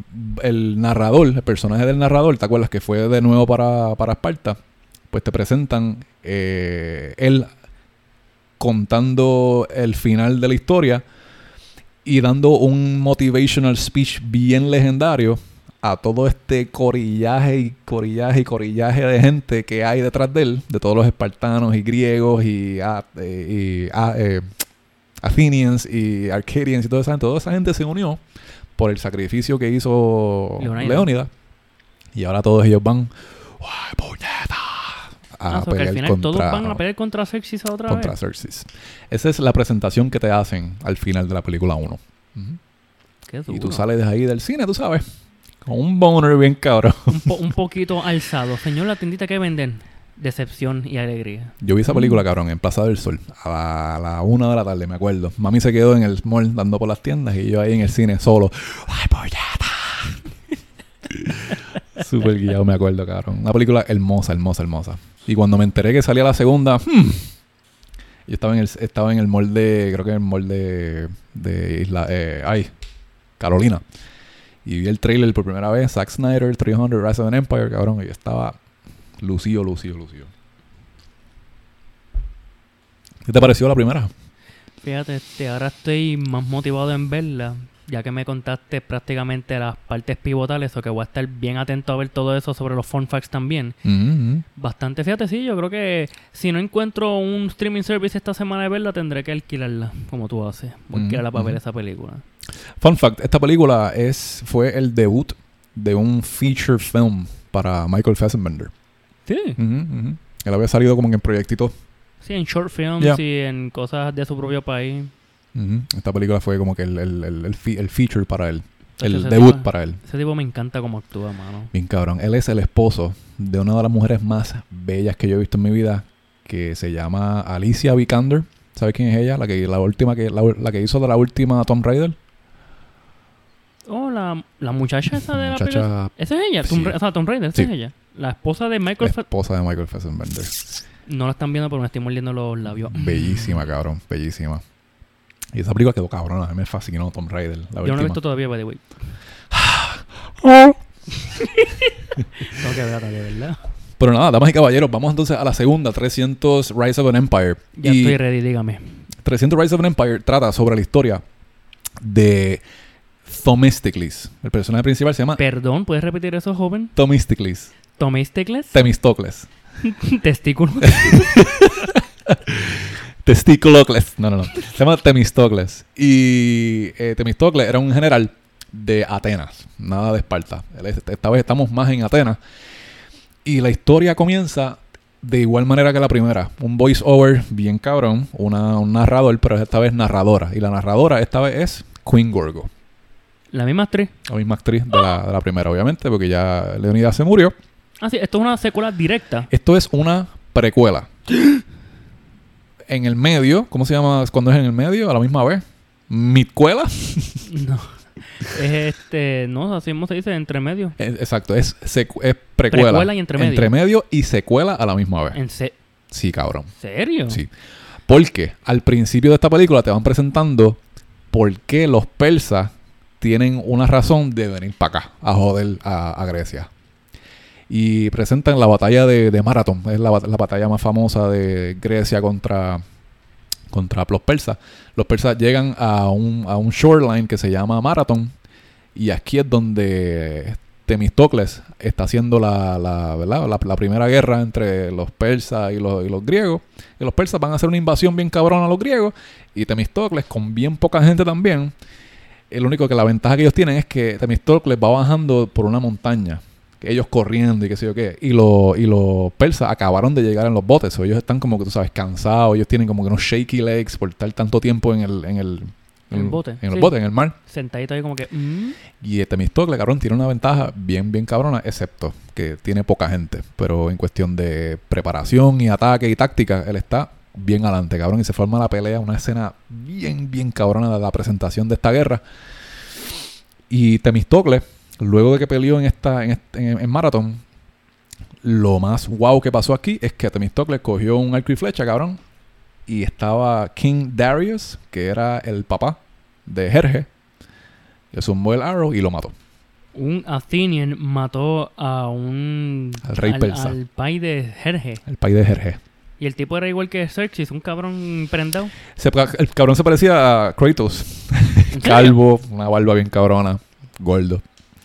el narrador, el personaje del narrador, ¿te acuerdas? Que fue de nuevo para, para Esparta. Pues te presentan eh, él contando el final de la historia y dando un motivational speech bien legendario a todo este corillaje y corillaje y corillaje de gente que hay detrás de él, de todos los espartanos y griegos y, a, eh, y a, eh, Athenians y Arcadians y toda esa gente. Toda esa gente se unió por el sacrificio que hizo Leonidas. Leónidas. Y ahora todos ellos van ¡ay, puñeta! A ah, so pelear al final contra, todos van a pelear contra Cersei otra contra vez. Cersei. Esa es la presentación que te hacen al final de la película uno. Uh-huh. Qué duro. Y tú sales de ahí del cine, tú sabes, con un boner bien cabrón. Un, po- un poquito alzado. Señor, la tiendita que venden. Decepción y alegría. Yo vi esa película, cabrón, en Plaza del Sol, a la, a la una de la tarde, me acuerdo. Mami se quedó en el mall dando por las tiendas y yo ahí en el cine solo. ¡Ay, polleta! Súper guiado, me acuerdo, cabrón. Una película hermosa, hermosa, hermosa. Y cuando me enteré que salía la segunda, hmm, yo estaba en el estaba en el mall de, creo que en el mall de, de Isla, eh, ay, Carolina. Y vi el trailer por primera vez, Zack Snyder, trescientos, Rise of an Empire, cabrón. Y yo estaba lucido, lucido, lucido. ¿Qué te pareció la primera? Fíjate, este, ahora estoy más motivado en verla, ya que me contaste prácticamente las partes pivotales, o que voy a estar bien atento a ver todo eso sobre los fun facts también. Mm-hmm. Bastante, fíjate, sí, yo creo que si no encuentro un streaming service esta semana de verla, tendré que alquilarla, como tú haces. Voy a alquilarla para Mm-hmm. ver esa película. Fun fact, esta película es fue el debut de un feature film para Michael Fassbender. Sí. Mm-hmm, mm-hmm. Él había salido como que en proyectitos. Sí, en short films Yeah. y en cosas de su propio país. Mm-hmm. Esta película fue como que el, el, el, el, fi- el feature para él. El Ese debut tipo- para él. Ese tipo me encanta cómo actúa, mano. Bien cabrón. Él es el esposo de una de las mujeres más bellas que yo he visto en mi vida, que se llama Alicia Vikander. ¿Sabes quién es ella? La que la última que la, la que hizo de la última Tomb Raider. Oh, la, la muchacha esa de la película. Muchacha, ¿Esa es ella? Sí. Tomb Ra- o sea, Tomb Raider, esa Sí. es ella. La esposa de Michael Fa- esposa de Michael Fassbender. No la están viendo, pero me estoy mordiendo los labios. Bellísima, cabrón. Bellísima. Y esa película quedó cabrona. A mí me fascinó Tomb Raider. La Yo no última. la he visto todavía, by the way. Tengo que verla, de verdad. Pero nada, damas y caballeros, vamos entonces a la segunda, trescientos Rise of an Empire. Ya y estoy ready, dígame. trescientos Rise of an Empire trata sobre la historia de Themistocles. El personaje principal se llama Perdón, ¿puedes repetir eso, joven? Themistocles. ¿Tomistecles? Temistocles. ¿Testículos? Testículocles. No, no, no. Se llama Temistocles. Y eh, Temistocles era un general de Atenas, nada de Esparta. Esta vez estamos más en Atenas. Y la historia comienza de igual manera que la primera. Un voice over bien cabrón, una, un narrador, pero esta vez narradora. Y la narradora esta vez es Queen Gorgo, ¿La misma actriz? la misma actriz de la, de la primera, obviamente, porque ya Leonidas se murió. Ah, sí, esto es una secuela directa. Esto es una precuela. En el medio, ¿cómo se llama cuando es en el medio? A la misma vez. ¿Midcuela? No. Es este... No, así mismo se dice, entre medio. Es- exacto, es, secu- es precuela. Precuela y entremedio. Entremedio y secuela a la misma vez. ¿En se- Sí, cabrón. serio? Sí. Porque al principio de esta película te van presentando por qué los persas tienen una razón de venir para acá a joder a, a Grecia. Y presentan la batalla de, de Maratón. Es la, bat- la batalla más famosa de Grecia contra, contra los persas. Los persas llegan a un, a un shoreline que se llama Maratón. Y aquí es donde Temistocles está haciendo la, la, ¿verdad? la, la primera guerra entre los persas y los, y los griegos. Y los persas van a hacer una invasión bien cabrona a los griegos. Y Temistocles, con bien poca gente también. El único que la ventaja que ellos tienen es que Temistocles va bajando por una montaña. Que ellos corriendo y qué sé yo qué. Y, lo, y los persas acabaron de llegar en los botes. O ellos están como que, tú sabes, cansados. Ellos tienen como que unos shaky legs por estar tanto tiempo en el... En el, En el bote, En el sí. bote, en el mar. Sentadito ahí como que... mm, Y Temistocles, cabrón, tiene una ventaja bien, bien cabrona, excepto que tiene poca gente. Pero en cuestión de preparación y ataque y táctica, él está bien adelante, cabrón. Y se forma la pelea, una escena bien, bien cabrona de la presentación de esta guerra. Y Temistocles, luego de que peleó en esta en, este- en, en Maratón, lo más guau que pasó aquí es que Temistocles cogió un arco y flecha, cabrón. Y estaba King Darius, que era el papá de Jerjes. Le zumbó el arrow y lo mató. Un Athenian mató a un... Al rey persa. Al pai de Jerje. El país de Jerjes. Y el tipo era igual que Xerxes, un cabrón prendado. Se- el cabrón se parecía a Kratos. ¿En serio? Calvo, una barba bien cabrona, gordo.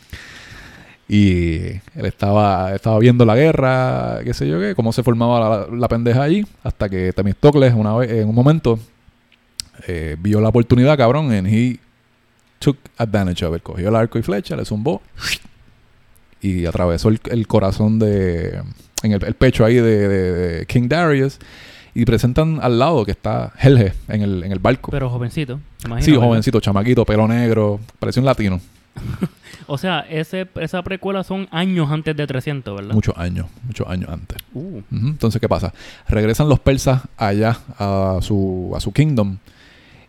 Y él estaba, estaba viendo la guerra, qué sé yo qué, cómo se formaba la, la pendeja allí, hasta que Temistocles una vez, en un momento, eh, vio la oportunidad, cabrón, and he took advantage of it. Cogió el arco y flecha, le zumbó y atravesó el, el corazón de... en el, el pecho ahí de, de- de King Darius. Y presentan al lado que está Helge en el, en el barco. Pero jovencito, me imagino, Sí, ¿verdad? jovencito, chamaquito, pelo negro, parecía un latino. O sea, ese, esa precuela son años antes de trescientos, ¿verdad? Muchos años, muchos años antes. Uh, Ujú. Entonces, ¿qué pasa? Regresan los persas allá a su, a su kingdom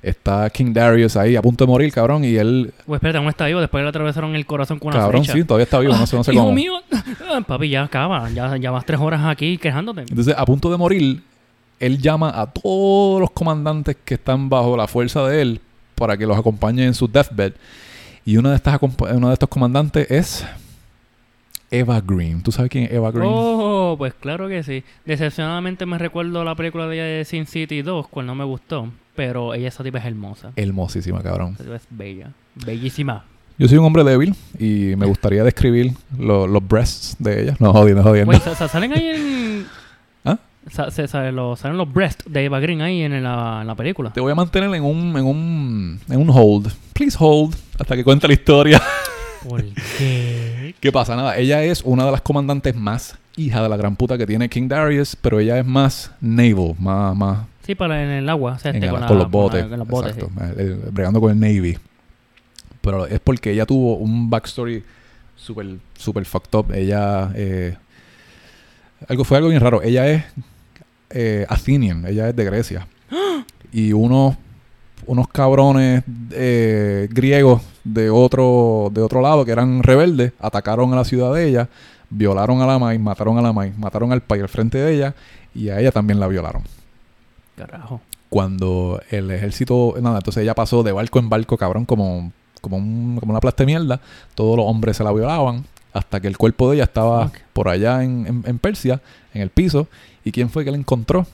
Está King Darius ahí a punto de morir, cabrón, y él... Pues espérate, aún está vivo. Después le atravesaron el corazón con una Cabrón, flecha. sí, todavía está vivo, no sé, no sé Hijo cómo. mío, papi, ya acaba. Ya, ya vas tres horas aquí quejándote. Entonces, a punto de morir, él llama a todos los comandantes que están bajo la fuerza de él para que los acompañen en su deathbed. Y uno de, estas, uno de estos comandantes es Eva Green. ¿Tú sabes quién es Eva Green? Oh, pues claro que sí. Decepcionadamente me recuerdo la película de Sin City dos, cual no me gustó. Pero ella, esa tipa es hermosa. Hermosísima, cabrón. Esa tipa es bella. Bellísima. Yo soy un hombre débil y me gustaría describir lo, los breasts de ella. No, jodiendo, jodiendo. Güey, sa- sa- salen ahí en... ¿Ah? Sa- se- sa- lo- salen los breasts de Eva Green ahí en la, en la película. Te voy a mantener en un, en un, en un hold. Please hold hasta que cuente la historia. ¿Por qué? ¿Qué pasa? Nada, ella es una de las comandantes más hija de la gran puta que tiene King Darius, pero ella es más naval, más... más Sí, para en el agua. O sea, en este, el- con, la- con los con botes. la- con los botes, Exacto. sí. El- el- bregando con el Navy. Pero es porque ella tuvo un backstory súper super fucked up. Ella... Eh, algo fue algo bien raro. Ella es eh, Athenian. Ella es de Grecia. Y unos... unos cabrones eh, griegos de otro de otro lado que eran rebeldes atacaron a la ciudad de ella, violaron a la maíz, mataron a la maíz, mataron al país al frente de ella y a ella también la violaron. Carajo. Cuando el ejército, nada, entonces ella pasó de barco en barco, cabrón, como, como, un, como una plasta de mierda. Todos los hombres se la violaban hasta que el cuerpo de ella estaba Fuck. por allá en, en, en Persia, en el piso. ¿Y quién fue que la encontró?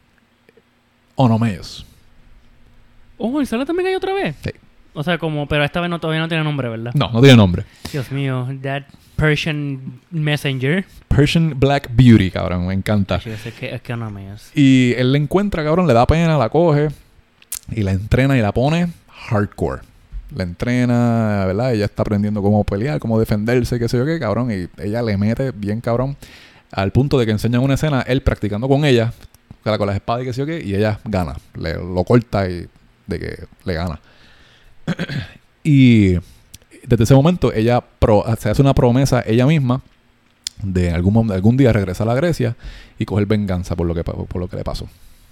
Onomeios. Oh, ¿y sale también ahí otra vez? Sí. O sea, como... Pero esta vez no, todavía no tiene nombre, ¿verdad? No, no tiene nombre. Dios mío. That Persian Messenger. Persian Black Beauty, cabrón, me encanta. Sí, es que, es que no me es. Y él la encuentra, cabrón, le da pena, la coge y la entrena y la pone hardcore. La entrena, ¿verdad? Ella está aprendiendo cómo pelear, cómo defenderse, qué sé yo qué, cabrón. Y ella le mete bien, cabrón, al punto de que enseñan una escena, él practicando con ella, con las espadas y qué sé yo qué, y ella gana. Le, lo corta y de que le gana. Y desde ese momento ella pro, se hace una promesa ella misma de algún, mom- algún día regresar a la Grecia y coger venganza por lo que, pa- por lo que le pasó.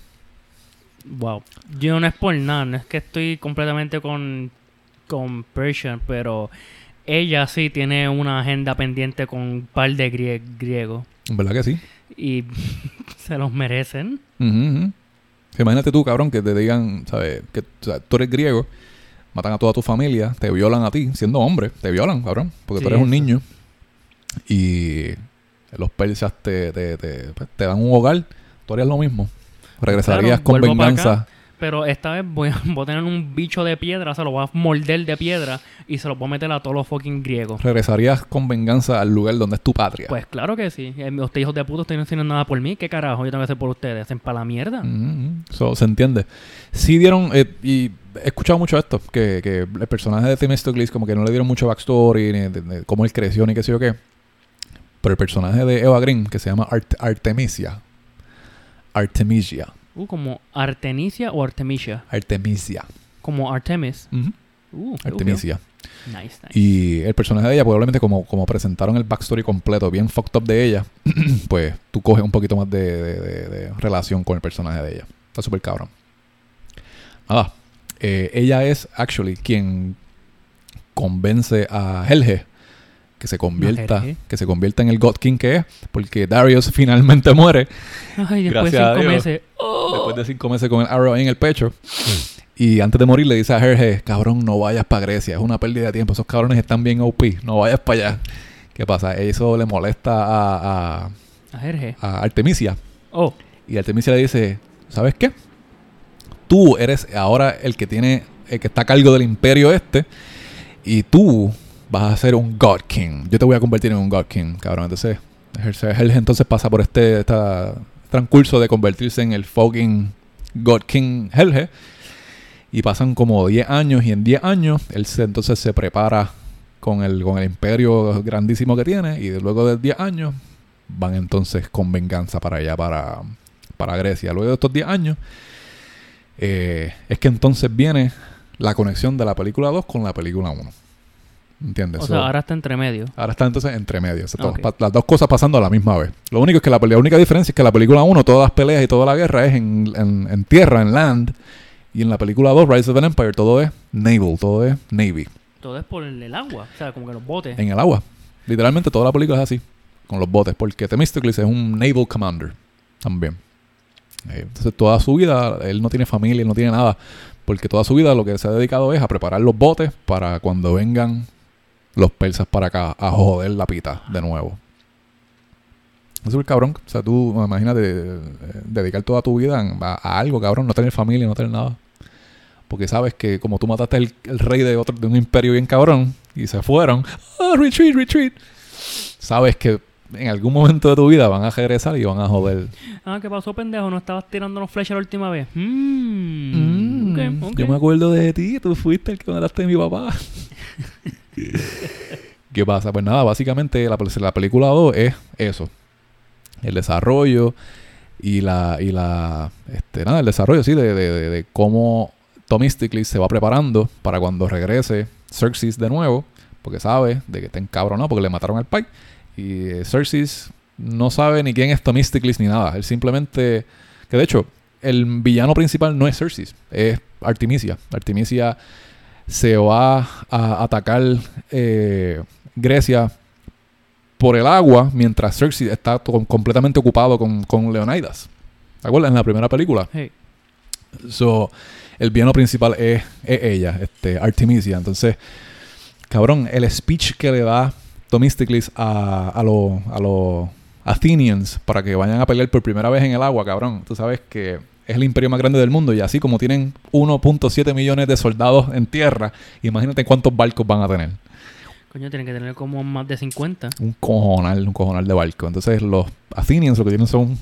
Wow. Yo no es por nada. No es que estoy completamente con... Con Persian, pero... Ella sí tiene una agenda pendiente con un par de grie- griegos. ¿Verdad que sí? Y... se los merecen. Ujú, ujú. Imagínate tú, cabrón, que te digan, ¿sabes? Que o sea, tú eres griego, matan a toda tu familia, te violan a ti, siendo hombre, te violan, cabrón, porque Sí, tú eres un eso. niño. Y los persas te, te, te, pues, te dan un hogar, tú harías lo mismo. Regresarías Claro, con vuelvo para venganza. acá, pero esta vez voy a, voy a tener un bicho de piedra, se lo voy a morder de piedra y se lo voy a meter a todos los fucking griegos. Regresarías con venganza al lugar donde es tu patria. Pues claro que sí. Eh, Ustedes hijos de puta, ustedes no hacen nada por mí. ¿Qué carajo yo tengo que hacer por ustedes? ¿Hacen para la mierda? Mm, so, se entiende. Sí dieron, eh, y he escuchado mucho esto, que, que el personaje de Themistocles como que no le dieron mucho backstory, ni de, de cómo él creció, ni qué sé yo qué. Pero el personaje de Eva Green, que se llama Art- Artemisia. Artemisia. Uh, como Artemisia o Artemisia. Artemisia. Como Artemis. Ujú. Uh, Artemisia. okay. Nice, nice. Y el personaje de ella, probablemente como, como presentaron el backstory completo, bien fucked up de ella, pues tú coges un poquito más de, de- de- de relación con el personaje de ella. Está súper cabrón. Nada. Eh, ella es, actually, quien convence a Helge que se convierta, Helge. que se convierta en el God King que es, porque Darius finalmente muere Ay, después de gracias a cinco Dios. meses. Oh. después de cinco meses con el arrow ahí en el pecho. Y antes de morir le dice a Helge, cabrón, no vayas para Grecia, es una pérdida de tiempo, esos cabrones están bien O P, no vayas para allá. ¿Qué pasa? Eso le molesta a, a, A Jerje. a Artemisia. Oh. Y Artemisia le dice, ¿sabes qué? Tú eres ahora el que tiene, el que está a cargo del imperio este, y tú vas a ser un God King. Yo te voy a convertir en un God King, cabrón. Entonces, Helge entonces pasa por este esta, transcurso de convertirse en el fucking God King Helge. Y pasan como diez años, y en diez años él se, entonces se prepara con el, con el imperio grandísimo que tiene, y luego de diez años van entonces con venganza para allá, para, para Grecia. Luego de estos diez años eh, es que entonces viene la conexión de la película dos con la película uno. ¿Entiendes? O So, sea, ahora está entre medio. ahora está entonces entre medio. O sea, to- Ok. pa- las dos cosas pasando a la misma vez. Lo único es que la, pele- la única diferencia es que la película uno, todas las peleas y toda la guerra es en, en, en tierra, en land. Y en la película dos, Rise of an Empire, todo es naval, todo es navy. Todo es por el, el agua, o sea, como que los botes. En el agua. Literalmente toda la película es así, con los botes, porque Themistocles es un naval commander también. Eh, entonces toda su vida, él no tiene familia, él no tiene nada, porque toda su vida lo que se ha dedicado es a preparar los botes para cuando vengan los persas para acá a joder la pita de nuevo. Es un cabrón. O sea, tú imagínate eh, dedicar toda tu vida a, a algo, cabrón, no tener familia, no tener nada. Porque sabes que como tú mataste el, el rey de otro de un imperio bien cabrón y se fueron, oh, retreat, retreat. Sabes que en algún momento de tu vida van a regresar y van a joder. Ah, ¿qué pasó, pendejo? ¿No estabas tirándonos flechas la última vez? Mm, Mmm. Okay, okay. Yo me acuerdo de ti, tú fuiste el que mataste a mi papá. ¿Qué pasa? Pues nada, básicamente la, la película dos es eso. El desarrollo y la... y la este, nada, el desarrollo, sí, de, de, de, de cómo Themistocles se va preparando para cuando regrese Xerxes de nuevo, porque sabe de que está encabronado porque le mataron al pai. Y eh, Xerxes no sabe ni quién es Themistocles ni nada. Él simplemente... Que de hecho, el villano principal no es Xerxes, es Artemisia. Artemisia se va a atacar eh, Grecia por el agua mientras Xerxes está to- completamente ocupado con, con Leonidas. ¿Te acuerdas? En la primera película. Hey. So, el villano principal es, es ella, este, Artemisia. Entonces, cabrón, el speech que le da Themistocles a, a los a los Athenians para que vayan a pelear por primera vez en el agua, cabrón. Tú sabes que es el imperio más grande del mundo y así como tienen uno punto siete millones de soldados en tierra, imagínate cuántos barcos van a tener. Coño, tienen que tener como más de cincuenta. Un cojonal, un cojonal de barcos. Entonces los Athenians lo que tienen son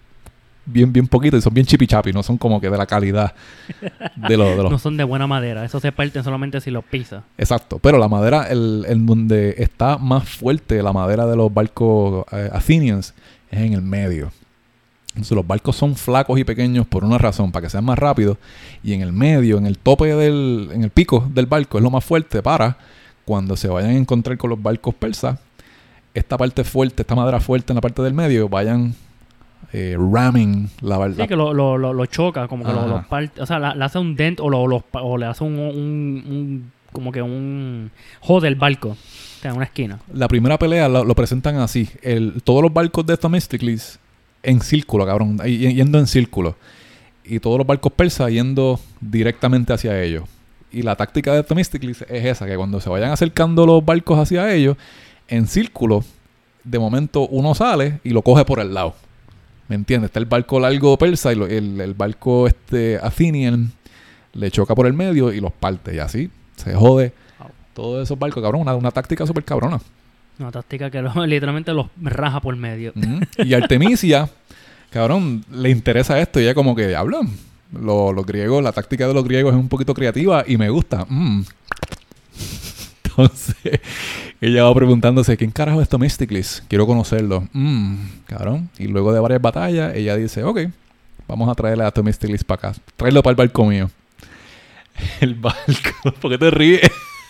bien, bien poquitos y son bien chipichapi, no son como que de la calidad de los... De los... No son de buena madera, eso se parten solamente si los pisas. Exacto, pero la madera, el, el donde está más fuerte la madera de los barcos eh, Athenians es en el medio. Entonces los barcos son flacos y pequeños por una razón, para que sean más rápidos, y en el medio, en el tope del, en el pico del barco es lo más fuerte para cuando se vayan a encontrar con los barcos persas, esta parte fuerte, esta madera fuerte en la parte del medio, vayan eh, ramming la verdad. Sí, que lo, lo, lo, lo choca, como que lo, lo parte, o sea, le, le hace un dent o, lo, lo, o le hace un, un, un, como que un jode el barco, o sea, una esquina. La primera pelea lo, lo presentan así, el, todos los barcos de Themistocles en círculo, cabrón, y, yendo en círculo, y todos los barcos persas yendo directamente hacia ellos. Y la táctica de Themistocles es esa, que cuando se vayan acercando los barcos hacia ellos, en círculo, de momento uno sale y lo coge por el lado. ¿Me entiendes? Está el barco largo persa y lo, el, el barco este Athenian le choca por el medio y los parte. Y así se jode wow. Todos esos barcos, cabrón. Una, una táctica súper cabrona. Una táctica que lo, literalmente los raja por medio. Mm-hmm. Y Artemisia, cabrón, le interesa esto y ella como que, diablo, los, los griegos, la táctica de los griegos es un poquito creativa y me gusta. Mm. Entonces, ella va preguntándose, ¿quién carajo es Themistocles? Quiero conocerlo. Mm, cabrón. Y luego de varias batallas, ella dice, ok, vamos a traerle a Themistocles para acá. Tráelo para el barco mío. El barco. ¿Por qué te ríes?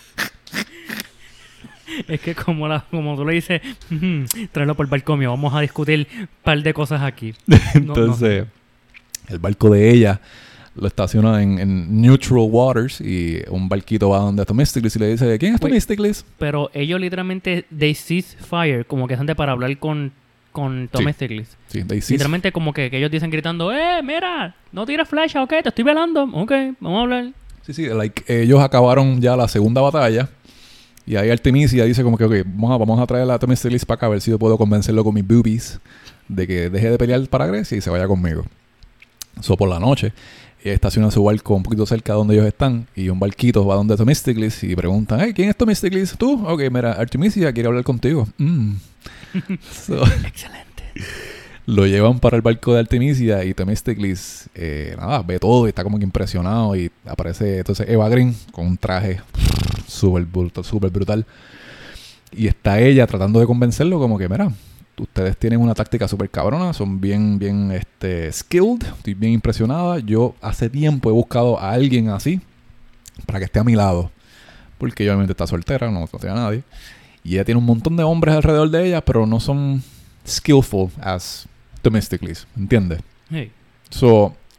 Es que como la, como tú le dices, mmm, tráelo por el barco mío. Vamos a discutir un par de cosas aquí. Entonces, no, no. El barco de ella lo estaciona en, en neutral waters y un barquito va donde Themistocles y le dice, ¿quién es Themistocles? Pero ellos literalmente, they cease fire, como que gente para hablar con, con Themistocles. Sí, sí, they cease. Literalmente como que, que ellos dicen gritando, ¡eh, mira! No tires flecha, ok, te estoy velando, ok, vamos a hablar. Sí, sí, like, ellos acabaron ya la segunda batalla y ahí Artemisia dice como que, ok, vamos a, vamos a traer a Themistocles para acá a ver si yo puedo convencerlo con mis boobies de que deje de pelear para Grecia y se vaya conmigo. So, por la noche, ella estaciona su barco un poquito cerca de donde ellos están y un barquito va donde Themistocles y preguntan, hey, ¿quién es Themistocles? ¿Tú? Ok, mira, Artemisia quiere hablar contigo. Mm. So, excelente. Lo llevan para el barco de Artemisia y Themistocles, eh, nada, ve todo y está como que impresionado y aparece entonces Eva Green con un traje súper brutal, súper brutal y está ella tratando de convencerlo como que, mira, ustedes tienen una táctica súper cabrona, son bien, bien, este, skilled, estoy bien impresionada. Yo hace tiempo he buscado a alguien así para que esté a mi lado, porque ella obviamente está soltera, no, no tiene a nadie, y ella tiene un montón de hombres alrededor de ella, pero no son skillful as Themistocles, ¿entiendes? Hey. So,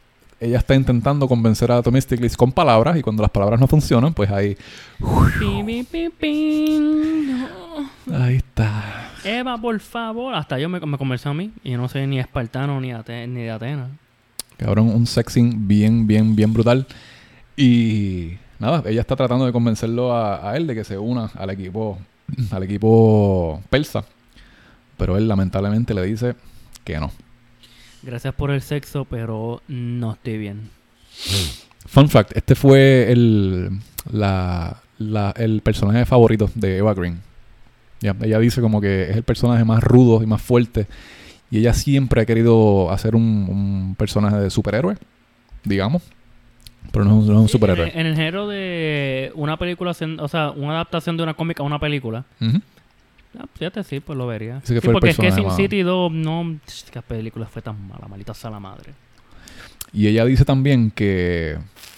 ella está intentando convencer a Themistocles con palabras y cuando las palabras no funcionan, pues ahí... Pi, pi, pi, no. Ahí está. Eva, por favor. Hasta yo me, me conversó a mí y yo no soy ni espartano ni, Ate- ni de Atenas. Cabrón, un sexing bien, bien, bien brutal. Y nada, ella está tratando de convencerlo a, a él de que se una al equipo, al equipo persa. Pero él lamentablemente le dice que no. Gracias por el sexo, pero no estoy bien. Fun fact, este fue el, la, la, el personaje favorito de Eva Green. Ya, ella dice como que es el personaje más rudo y más fuerte. Y ella siempre ha querido hacer un, un personaje de superhéroe, digamos. Pero no, no es un superhéroe. En, en el género de una película, o sea, una adaptación de una cómica a una película. Uh-huh. Ah, fíjate, sí, pues lo vería. Ese que Sí, fue el porque es que personaje Sin más- City dos, no... Qué película fue tan mala, maldita sea la madre. Y ella dice también que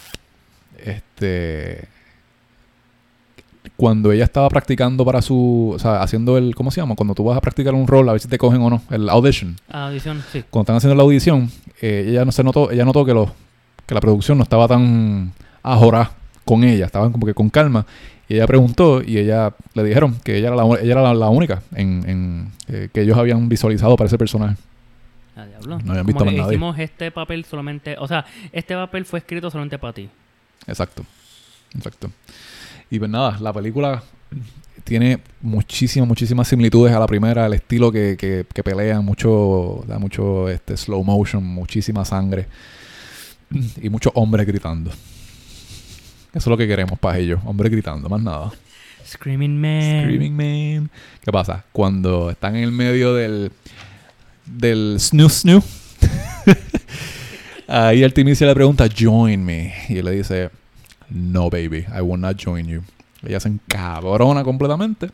este cuando ella estaba practicando para su, o sea, haciendo el, ¿cómo se llama? Cuando tú vas a practicar un rol, a ver si te cogen o no, el audition. Ah, audición, sí. Cuando están haciendo la audición, eh, ella no se notó, ella notó que los que la producción no estaba tan ajorada con ella, estaban como que con calma. Y ella preguntó y ella le dijeron que ella era la, ella era la, la única en, en eh, que ellos habían visualizado para ese personaje. Ah, diablo. No habían Como visto más que nadie. hicimos este papel solamente... O sea, este papel fue escrito solamente para ti. Exacto. Exacto. Y pues nada, la película tiene muchísimas, muchísimas similitudes a la primera. El estilo que, que, que pelean, mucho, da mucho este, slow motion, muchísima sangre y muchos hombres gritando. Eso es lo que queremos para ellos, hombres gritando, más nada. Screaming Man. Screaming Man. ¿Qué pasa? Cuando están en el medio del del snoo snoo, ahí Artemisia le pregunta, join me. Y él le dice, no baby, I will not join you. Ella se encabrona completamente.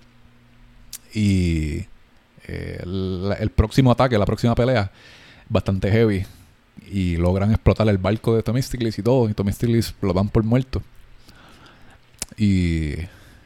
Y eh, el, el próximo ataque, la próxima pelea, bastante heavy. Y logran explotar el barco de Themistocles y todo. Y Themistocles lo dan por muerto. Y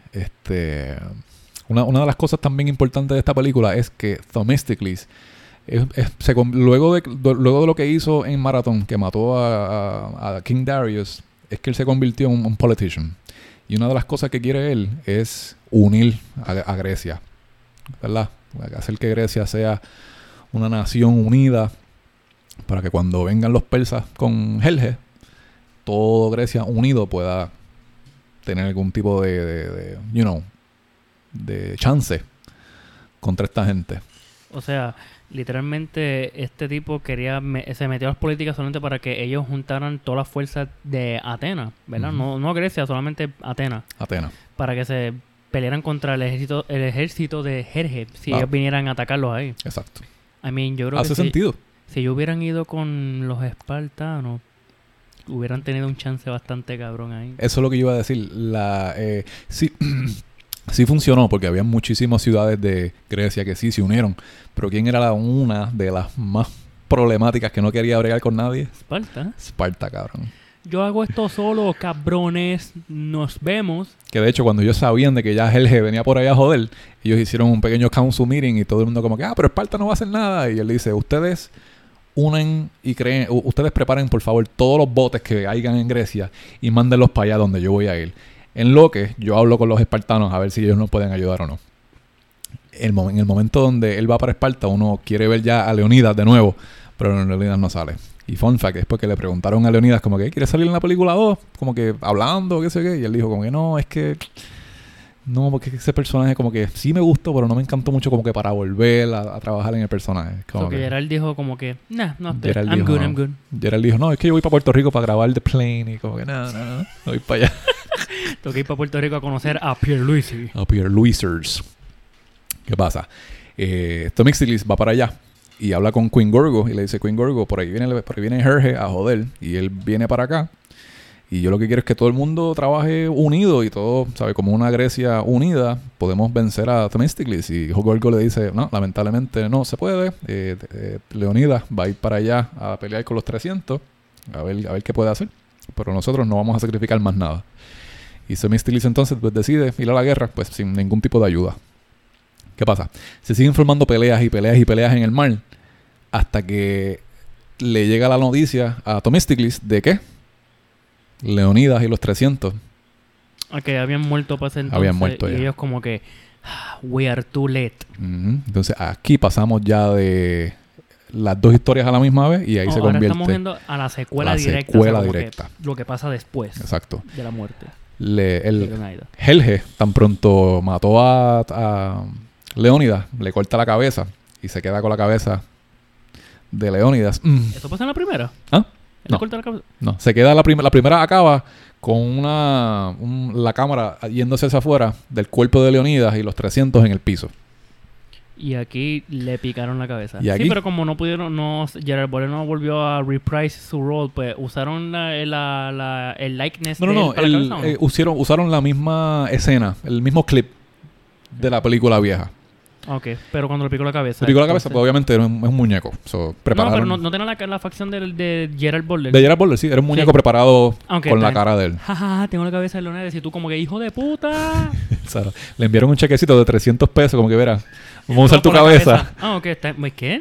este una, una de las cosas también importantes de esta película es que Themistocles es, es, se, luego, de, do, luego de lo que hizo en Marathon, que mató a, a, a King Darius, es que él se convirtió en un, un politician. Y una de las cosas que quiere él es unir a, a Grecia, ¿verdad? Hacer que Grecia sea una nación unida para que cuando vengan los persas con Helge, todo Grecia unido pueda tener algún tipo de, de, de you know, de chance contra esta gente. O sea, literalmente este tipo quería me- se metió a las políticas solamente para que ellos juntaran todas las fuerzas de Atenas, ¿verdad? Uh-huh. No, no Grecia, solamente Atenas, Atenas. para que se pelearan contra el ejército el ejército de Jerje si Ah. ellos vinieran a atacarlos ahí. Exacto. I mean, yo creo Hace que si, sentido. si ellos hubieran ido con los espartanos, hubieran tenido un chance bastante cabrón ahí. Eso es lo que yo iba a decir. La, eh, sí, sí funcionó porque había muchísimas ciudades de Grecia que sí se unieron. Pero ¿quién era la una de las más problemáticas que no quería bregar con nadie? Esparta. Esparta, cabrón. Yo hago esto solo, cabrones. Nos vemos. Que de hecho cuando ellos sabían de que ya Helge venía por ahí a joder, ellos hicieron un pequeño council meeting y todo el mundo como que, ah, pero Esparta no va a hacer nada. Y él dice, ustedes unen y creen, u- ustedes preparen por favor todos los botes que hayan en Grecia y mándenlos para allá donde yo voy a ir. En lo que yo hablo con los espartanos a ver si ellos nos pueden ayudar o no. El mo- en el momento donde él va para Esparta, uno quiere ver ya a Leonidas de nuevo, pero Leonidas no sale. Y fun fact, es porque le preguntaron a Leonidas como que, ¿quiere salir en la película dos? Como que hablando, qué sé qué. Y él dijo como que no, es que... No, porque ese personaje como que sí me gustó, pero no me encantó mucho como que para volver a, a trabajar en el personaje. Como So que que Gerald dijo como que, nah, no, estoy- Gerald I'm dijo, good, no. I'm good. Gerald dijo, no, es que yo voy para Puerto Rico para grabar The Plane. Y como que no, no, no, no voy para allá. Tengo que ir para Puerto Rico a conocer a Pierluisi. A Pierre Louisers. ¿Qué pasa? Eh, Themistocles va para allá y habla con Queen Gorgo y le dice, Queen Gorgo, por ahí viene, por ahí viene Herge a joder. Y él viene para acá. Y yo lo que quiero es que todo el mundo trabaje unido y todo, ¿sabes? Como una Grecia unida, podemos vencer a Themistocles. Y Gorgo le dice, no, lamentablemente no se puede. Eh, eh, Leonidas va a ir para allá a pelear con los trescientos, a ver, a ver qué puede hacer. Pero nosotros no vamos a sacrificar más nada. Y Themistocles entonces pues, decide ir a la guerra, pues sin ningún tipo de ayuda. ¿Qué pasa? Se siguen formando peleas y peleas y peleas en el mar hasta que le llega la noticia a Themistocles de que Leonidas y los trescientos Ok, habían muerto para ese entonces. Habían muerto y ya. ellos como que... We are too late. Uh-huh. Entonces aquí pasamos ya de las dos historias a la misma vez y ahí Oh, se ahora convierte estamos viendo a la secuela la directa. secuela o sea, como directa. que lo que pasa después Exacto. de la muerte. Le, de el Leonidas. Helge tan pronto mató a, a Leónidas, le corta la cabeza y se queda con la cabeza de Leónidas. Mm. ¿Eso pasa en la primera? ¿Ah? ¿Él No. le corta la cabeza? No, se queda la, prim- la primera acaba con una un- la cámara yéndose hacia afuera del cuerpo de Leonidas y los trescientos en el piso. Y aquí le picaron la cabeza. ¿Y aquí? Sí, pero como no pudieron, no, Gerard Butler no volvió a reprise su role, pues usaron la, la, la- el likeness No, no, de él no. para el- la cabeza, ¿o no? eh, usaron, usaron la misma escena, el mismo clip de la película vieja. Ok, pero cuando le picó la cabeza. Le picó la cabeza, entonces- pues obviamente era un, es un muñeco. So, No, prepararon. pero no, no tenía la, la facción de, de Gerard Butler. De Gerard Butler, sí, era un muñeco Sí. preparado Aunque con la está- cara de él. Jajaja, tengo la cabeza de Leonidas y tú como que hijo de puta. O sea, le enviaron un chequecito de trescientos pesos, como que verá, vamos a usar No, tu por la cabeza. Ah, ok, está. ¿Qué?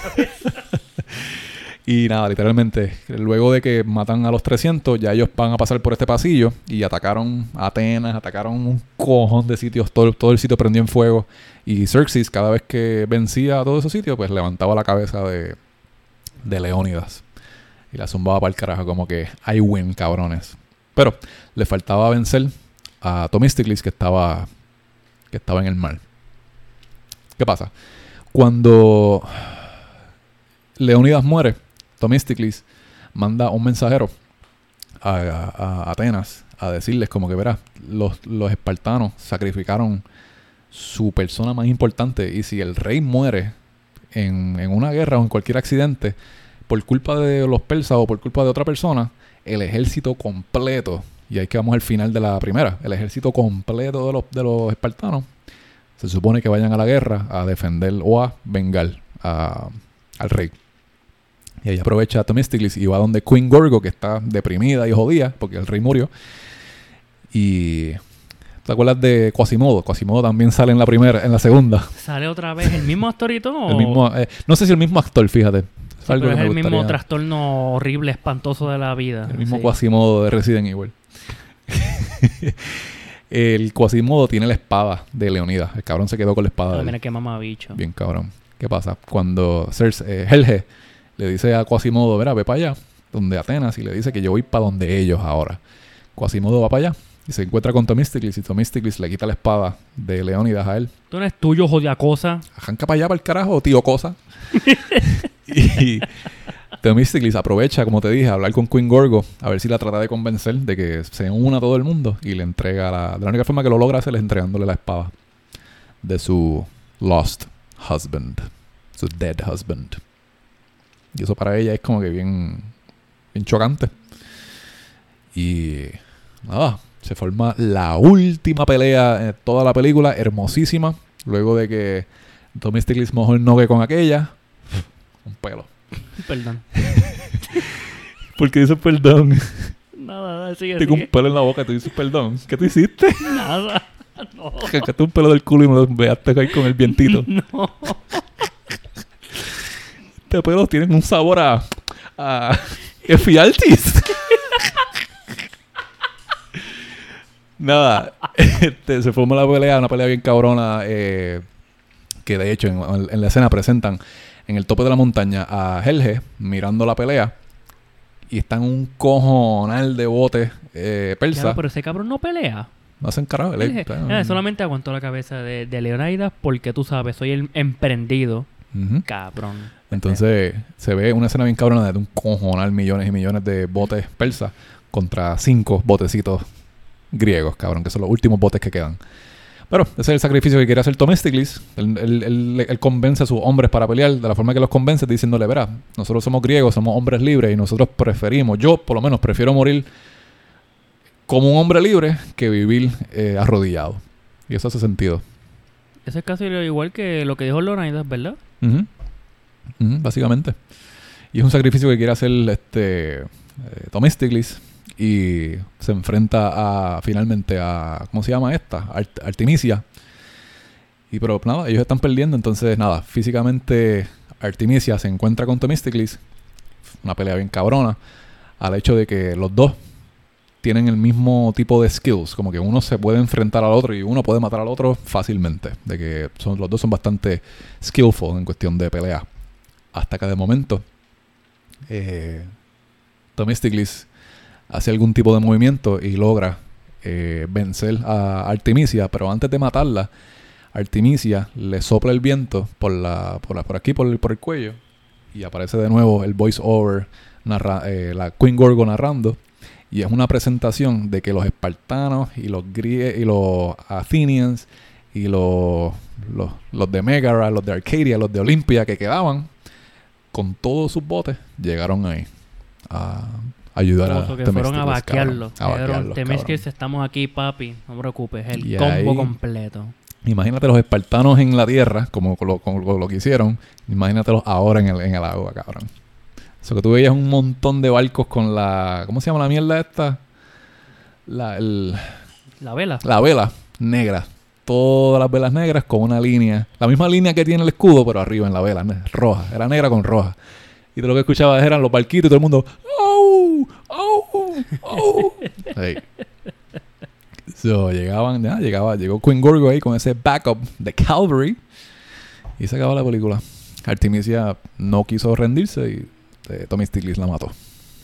Y nada, literalmente, luego de que matan a los trescientos, ya ellos van a pasar por este pasillo y atacaron Atenas, atacaron un cojón de sitios, todo, todo el sitio prendió en fuego. Y Xerxes, cada vez que vencía a todos esos sitios, pues levantaba la cabeza de, de Leónidas y la zumbaba para el carajo, como que I win, cabrones. Pero le faltaba vencer a Themistocles, que estaba, que estaba en el mar. ¿Qué pasa? Cuando Leónidas muere, Themistocles manda un mensajero a, a- a Atenas a decirles como que, verá, los, los espartanos sacrificaron su persona más importante y si el rey muere en, en una guerra o en cualquier accidente por culpa de los persas o por culpa de otra persona, el ejército completo, y ahí que vamos al final de la primera, el ejército completo de los, de los espartanos se supone que vayan a la guerra a defender o a vengar a- al rey. Y ahí aprovecha a Themistocles y va donde Queen Gorgo, que está deprimida y jodida porque el rey murió. Y ¿te acuerdas de Quasimodo? Quasimodo también sale en la primera, en la segunda. ¿Sale otra vez el mismo actorito? o- El mismo, eh, no sé si el mismo actor, fíjate. Es Sí, algo pero que es me el mismo gustaría- trastorno horrible, espantoso de la vida. El mismo Sí. Quasimodo de Resident Evil. El Quasimodo tiene la espada de Leonidas. El cabrón se quedó con la espada Ah, de él. mira qué mamabicho. Bien cabrón. ¿Qué pasa? Cuando Cersei, eh, Helge le dice a Quasimodo, verá, ve para allá, donde Atenas, y le dice que yo voy para donde ellos ahora. Quasimodo va para allá y se encuentra con Themistocles y Themistocles le quita la espada de Leónidas a él. Tú no eres tuyo, jodia cosa. Arranca para allá, para el carajo, tío cosa. Y Themistocles aprovecha, como te dije, a hablar con Queen Gorgo, a ver si la trata de convencer de que se una a todo el mundo y le entrega la... De la única forma que lo logra hacer es entregándole la espada de su lost husband, su dead husband. Y eso para ella es como que bien, bien chocante. Y nada, se forma la última pelea en toda la película, hermosísima. Luego de que Themistocles mojó el nogue con aquella, un pelo. Perdón. ¿Por qué dices perdón? Nada, nada, sigue, Tengo un sigue. pelo en la boca y tú dices perdón. ¿Qué tú hiciste? Nada. No. Sacaste un pelo del culo y me lo veaste ahí con el vientito. No. Este pelo tiene un sabor a... a... Efialtis. Nada. Este, se formó la pelea, una pelea bien cabrona. Eh, que de hecho en, en la escena presentan en el tope de la montaña a Helge mirando la pelea. Y están un cojonal de botes eh, persa. Claro, pero ese cabrón no pelea. No hacen carajo. él Él- está- eh, solamente aguantó la cabeza de, de Leonidas porque tú sabes, soy el emprendido. Ujú. Cabrón. Entonces se ve una escena bien cabrona de un cojonal millones y millones de botes persas contra cinco botecitos griegos, cabrón, que son los últimos botes que quedan. Pero ese es el sacrificio que quiere hacer Themistocles. Él, él, él- él convence a sus hombres para pelear de la forma que los convence, diciéndole, verá, nosotros somos griegos, somos hombres libres y nosotros preferimos, yo por lo menos prefiero morir como un hombre libre que vivir eh, arrodillado. Y eso hace sentido. Eso es casi igual que lo que dijo Leonidas, ¿verdad? Ujú. Ujú, básicamente. Y es un sacrificio que quiere hacer este eh, Themistocles y se enfrenta a finalmente a ¿cómo se llama esta? Art- Artemisia. Y pero nada, ellos están perdiendo, entonces nada, físicamente Artemisia se encuentra con Themistocles una pelea bien cabrona, al hecho de que los dos tienen el mismo tipo de skills, como que uno se puede enfrentar al otro y uno puede matar al otro fácilmente, de que son, los dos son bastante skillful en cuestión de pelea. Hasta que de momento eh, Tommy Stiglitz hace algún tipo de movimiento y logra eh, vencer a Artemisia, pero antes de matarla, Artemisia le sopla el viento por la por, la, por aquí, por el, por el cuello, y aparece de nuevo el voice over, narra, eh, la Queen Gorgo narrando, y es una presentación de que los espartanos y los grie y los Athenians y los, los, los de Megara, los de Arcadia, los de Olimpia que quedaban con todos sus botes, llegaron ahí a ayudar a que fueron a vaquearlo. A vaquearlos, Temestis, estamos aquí, papi. No te preocupes, el y combo ahí, completo. Imagínate los espartanos en la tierra, como lo, como lo que hicieron. Imagínatelos ahora en el, en el agua, cabrón. Eso que tú veías un montón de barcos con la... ¿Cómo se llama la mierda esta? La, el, la vela. La vela negra. Todas las velas negras con una línea. La misma línea que tiene el escudo, pero arriba en la vela. Roja. Era negra con roja. Y todo lo que escuchabas eran los barquitos y todo el mundo... ¡Oh! ¡Oh! ¡Oh! Hey. So, llegaban... Ya, llegaba, llegó Queen Gorgo ahí con ese backup de Calvary. Y se acabó la película. Artemisia no quiso rendirse y eh, Tommy Stiglitz la mató.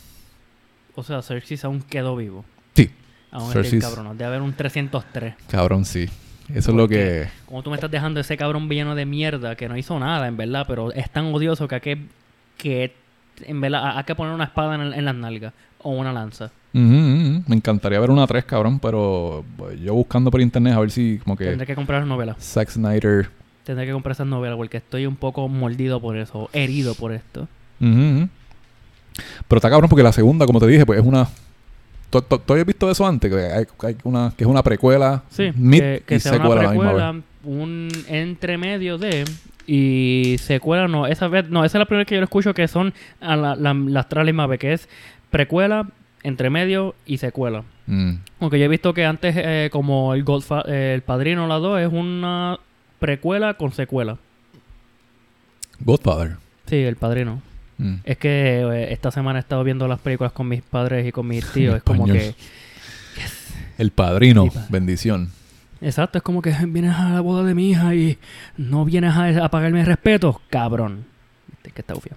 O sea, Xerxes aún quedó vivo. Sí. Aún es el cabrón. Debe haber un trescientos tres. Cabrón, sí. Eso es lo que... Como tú me estás dejando ese cabrón villano de mierda que no hizo nada, en verdad, pero es tan odioso que hay que... que en verdad hay que poner una espada en, el, en las nalgas o una lanza. Uh-huh, uh-huh. Me encantaría ver una tres, cabrón, pero pues, yo buscando por internet a ver si como que... Tendré que comprar las novelas. Zack Snyder... Tendré que comprar esas novelas porque estoy un poco mordido por eso, herido por esto. Uh-huh. Pero está cabrón porque la segunda, como te dije, pues es una... ¿Tú, tú, tú habías visto eso antes? Que, hay, hay una, que es una precuela, sí, mid que, que y sea secuela una precuela, la misma vez. Un entremedio de... Y secuela no. Esa vez... No, esa es la primera vez que yo lo escucho que son a la, la, las tres mismas vez, que es precuela, entremedio y secuela. Mm. Aunque yo he visto que antes, eh, como el, Godfa- eh, el Padrino, la dos, es una precuela con secuela. Godfather. Sí, El Padrino. Mm. Es que eh, esta semana he estado viendo las películas con mis padres y con mis tíos. Es como que... Yes. El Padrino. Sí, pa. Bendición. Exacto. Es como que vienes a la boda de mi hija y no vienes a, a pagarme respeto. Cabrón. Viste que está ufio.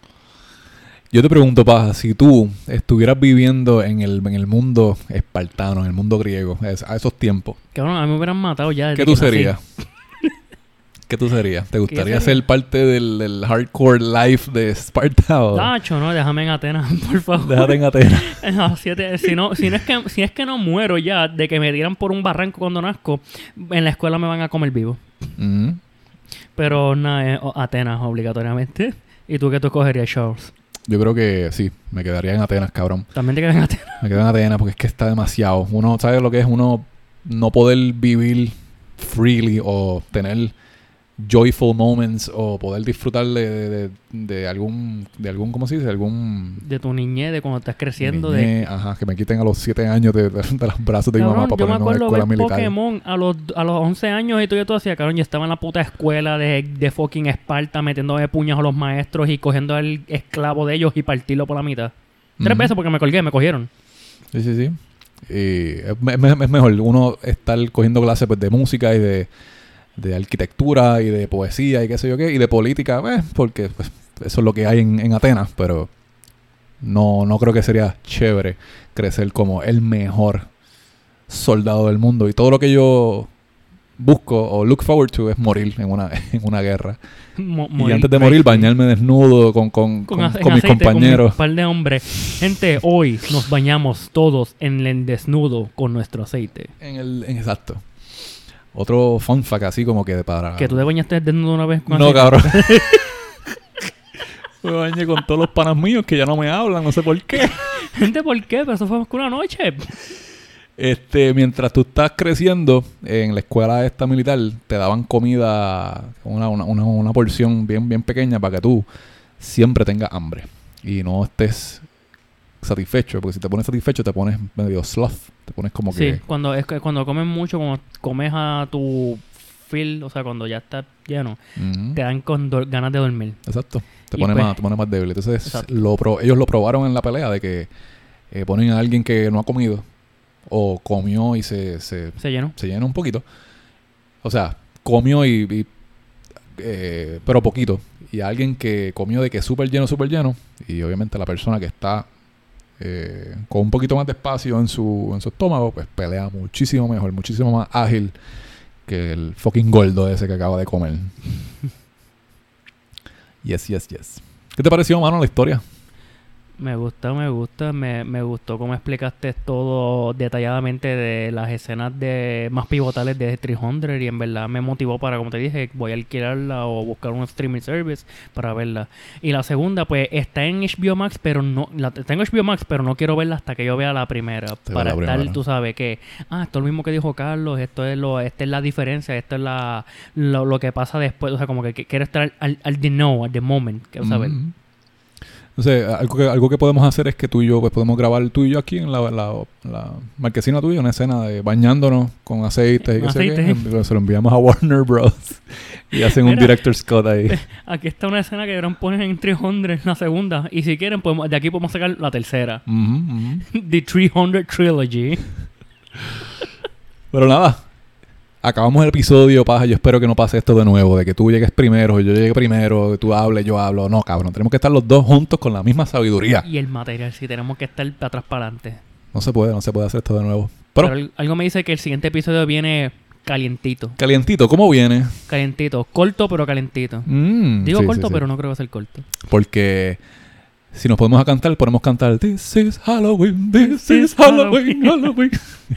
Yo te pregunto, Paja, si tú estuvieras viviendo en el, en el mundo espartano, en el mundo griego, a esos tiempos... Cabrón, a mí me hubieran matado ya. ¿Qué tú serías? ¿Qué tú serías? ¿Te gustaría ser parte del, del hardcore life de Esparta? O... Nacho, no, déjame en Atenas, por favor. Déjate en Atenas. No, si, te, si, no, si, no es que, si es que no muero ya de que me tiran por un barranco cuando nazco, en la escuela me van a comer vivo. Mm-hmm. Pero nada, es Atenas obligatoriamente. ¿Y tú qué tú escogerías, Charles? Yo creo que sí, me quedaría en Atenas, cabrón. También te quedas en Atenas. Me quedo en Atenas porque es que está demasiado. Uno, ¿sabes lo que es? Uno no poder vivir freely o tener joyful moments o poder disfrutar de, de, de, de algún, de algún, ¿cómo se dice? Algún... De tu niñez, de cuando estás creciendo. Niñez, de... Ajá, que me quiten a los siete años de, de, de los brazos de cabrón, mi mamá para ponerme en una escuela militar. Pokémon a los, a los once años y todo, y todo hacía, cabrón, yo estaba en la puta escuela de, de fucking Esparta metiéndome puños a los maestros y cogiendo al esclavo de ellos y partirlo por la mitad. Tres Mm-hmm. veces porque me colgué, me cogieron. Sí, sí, sí. Y es, es, es mejor uno estar cogiendo clases pues, de música y de, de arquitectura y de poesía y qué sé yo qué, y de política, pues, porque pues, eso es lo que hay en, en Atenas, pero no, no creo que sería chévere crecer como el mejor soldado del mundo. Y todo lo que yo busco o look forward to es morir en una, en una guerra. Mo- y antes de morir, bañarme desnudo con, con, con, Con, con, con mis aceite, compañeros. Con un par de hombres. Gente, hoy nos bañamos todos en el desnudo con nuestro aceite. En el, en, exacto. Otro fun fact así como que para... ¿Que tú te bañaste desnudo una vez con No, aceite? cabrón. Me bañé con todos los panas míos que ya no me hablan, no sé por qué. Gente, ¿por qué? Pero eso fue una noche. Este, mientras tú estás creciendo en la escuela esta militar, te daban comida, una, una, una, una porción bien, bien pequeña para que tú siempre tengas hambre y no estés satisfecho, porque si te pones satisfecho te pones medio sloth, te pones como Sí, que... cuando, es que cuando comes mucho, cuando comes a tu feel, o sea, cuando ya está lleno, Uh-huh. te dan con do- ganas de dormir. Exacto. Te Y pone, pues- más, te pone más débil. Entonces, Exacto. lo pro- ellos lo probaron en la pelea de que eh, ponen a alguien que no ha comido o comió y se, se, Se llenó. se llena un poquito. O sea, comió y... y, eh, pero poquito. Y a alguien que comió de que súper lleno, súper lleno. Y obviamente la persona que está eh, con un poquito más de espacio en su, en su estómago, pues pelea muchísimo mejor, muchísimo más ágil que el fucking gordo ese que acaba de comer. Yes, yes, yes. ¿Qué te pareció, mano, la historia? Me gusta, me gusta, me, me gustó cómo explicaste todo detalladamente de las escenas de más pivotales de trescientos y en verdad me motivó para, como te dije, voy a alquilarla o buscar un streaming service para verla. Y la segunda, pues, está en H B O Max, pero no, la, está en H B O Max, pero no quiero verla hasta que yo vea la primera. Te para veo la estar, primera. tú sabes, que, ah, esto es lo mismo que dijo Carlos, esto es lo, esta es la diferencia, esto es la, lo, lo que pasa después, o sea, como que, que quiero estar al, al the know, at the moment, que, ¿sabes? Mm. Entonces, algo que, algo que podemos hacer es que tú y yo, pues podemos grabar tú y yo aquí en la, la, la marquesina tuya, una escena de bañándonos con aceite y qué sé Aceite. qué. Se lo enviamos a Warner Bros. Y hacen un Mira. director's cut ahí. Aquí está una escena que deberían poner en trescientos, la segunda. Y si quieren, podemos, de aquí podemos sacar la tercera. Ujú, ujú. The trescientos Trilogy. Pero nada, acabamos el episodio, paja. Yo espero que no pase esto de nuevo, de que tú llegues primero, yo llegue primero, que tú hables, yo hablo. No, cabrón, tenemos que estar los dos juntos con la misma sabiduría. Y el material, sí, tenemos que estar para atrás para adelante. No se puede, no se puede hacer esto de nuevo. Pero, Pero al- algo me dice que el siguiente episodio viene calientito. calientito, ¿cómo viene? Calientito. Corto, pero calientito. Mm, Digo sí, corto, sí, sí. pero no creo que sea el corto. Porque si nos podemos a cantar, podemos cantar This is Halloween, this, This is is Halloween, Halloween.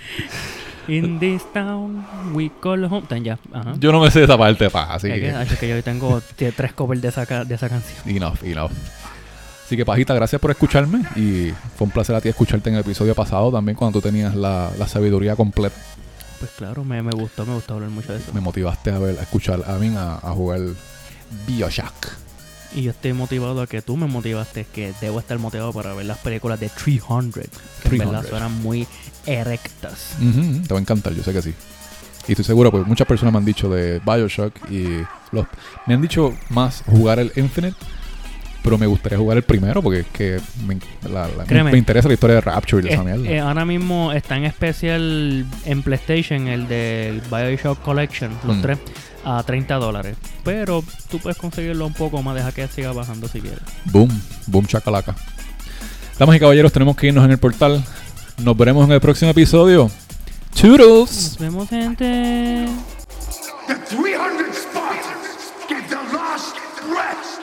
In this town, we call home. Tan ya. Ajá. Yo no me sé esa parte, paja, así Es que, que... ay, es que yo tengo t- tres covers de esa, ca- de esa canción. Enough, enough. Así que, pajita, gracias por escucharme. Y fue un placer a ti escucharte en el episodio pasado también, cuando tú tenías la, la sabiduría completa. Pues claro, me, me gustó, me gustó hablar mucho de eso. Me motivaste a ver, a escuchar a mí a, a jugar BioShock. Y yo estoy motivado a que tú me motivaste, que debo estar motivado para ver las películas de trescientos, que en verdad trescientos. suenan muy erectas. Ujú, te va a encantar, yo sé que sí. Y estoy seguro, pues muchas personas me han dicho de BioShock y los, me han dicho más jugar el Infinite, pero me gustaría jugar el primero porque es que me, la- la- Créeme. me interesa la historia de Rapture y de esa Eh, mierda. eh, ahora mismo está en especial en PlayStation el del BioShock Collection, los Mm. tres, a treinta dólares. Pero tú puedes conseguirlo un poco más, deja que siga bajando si quieres. Boom, boom chacalaca. Damas y caballeros, tenemos que irnos en el portal. Nos veremos en el próximo episodio. Toodles. Nos vemos, gente. The three hundred Spartans gave their last breath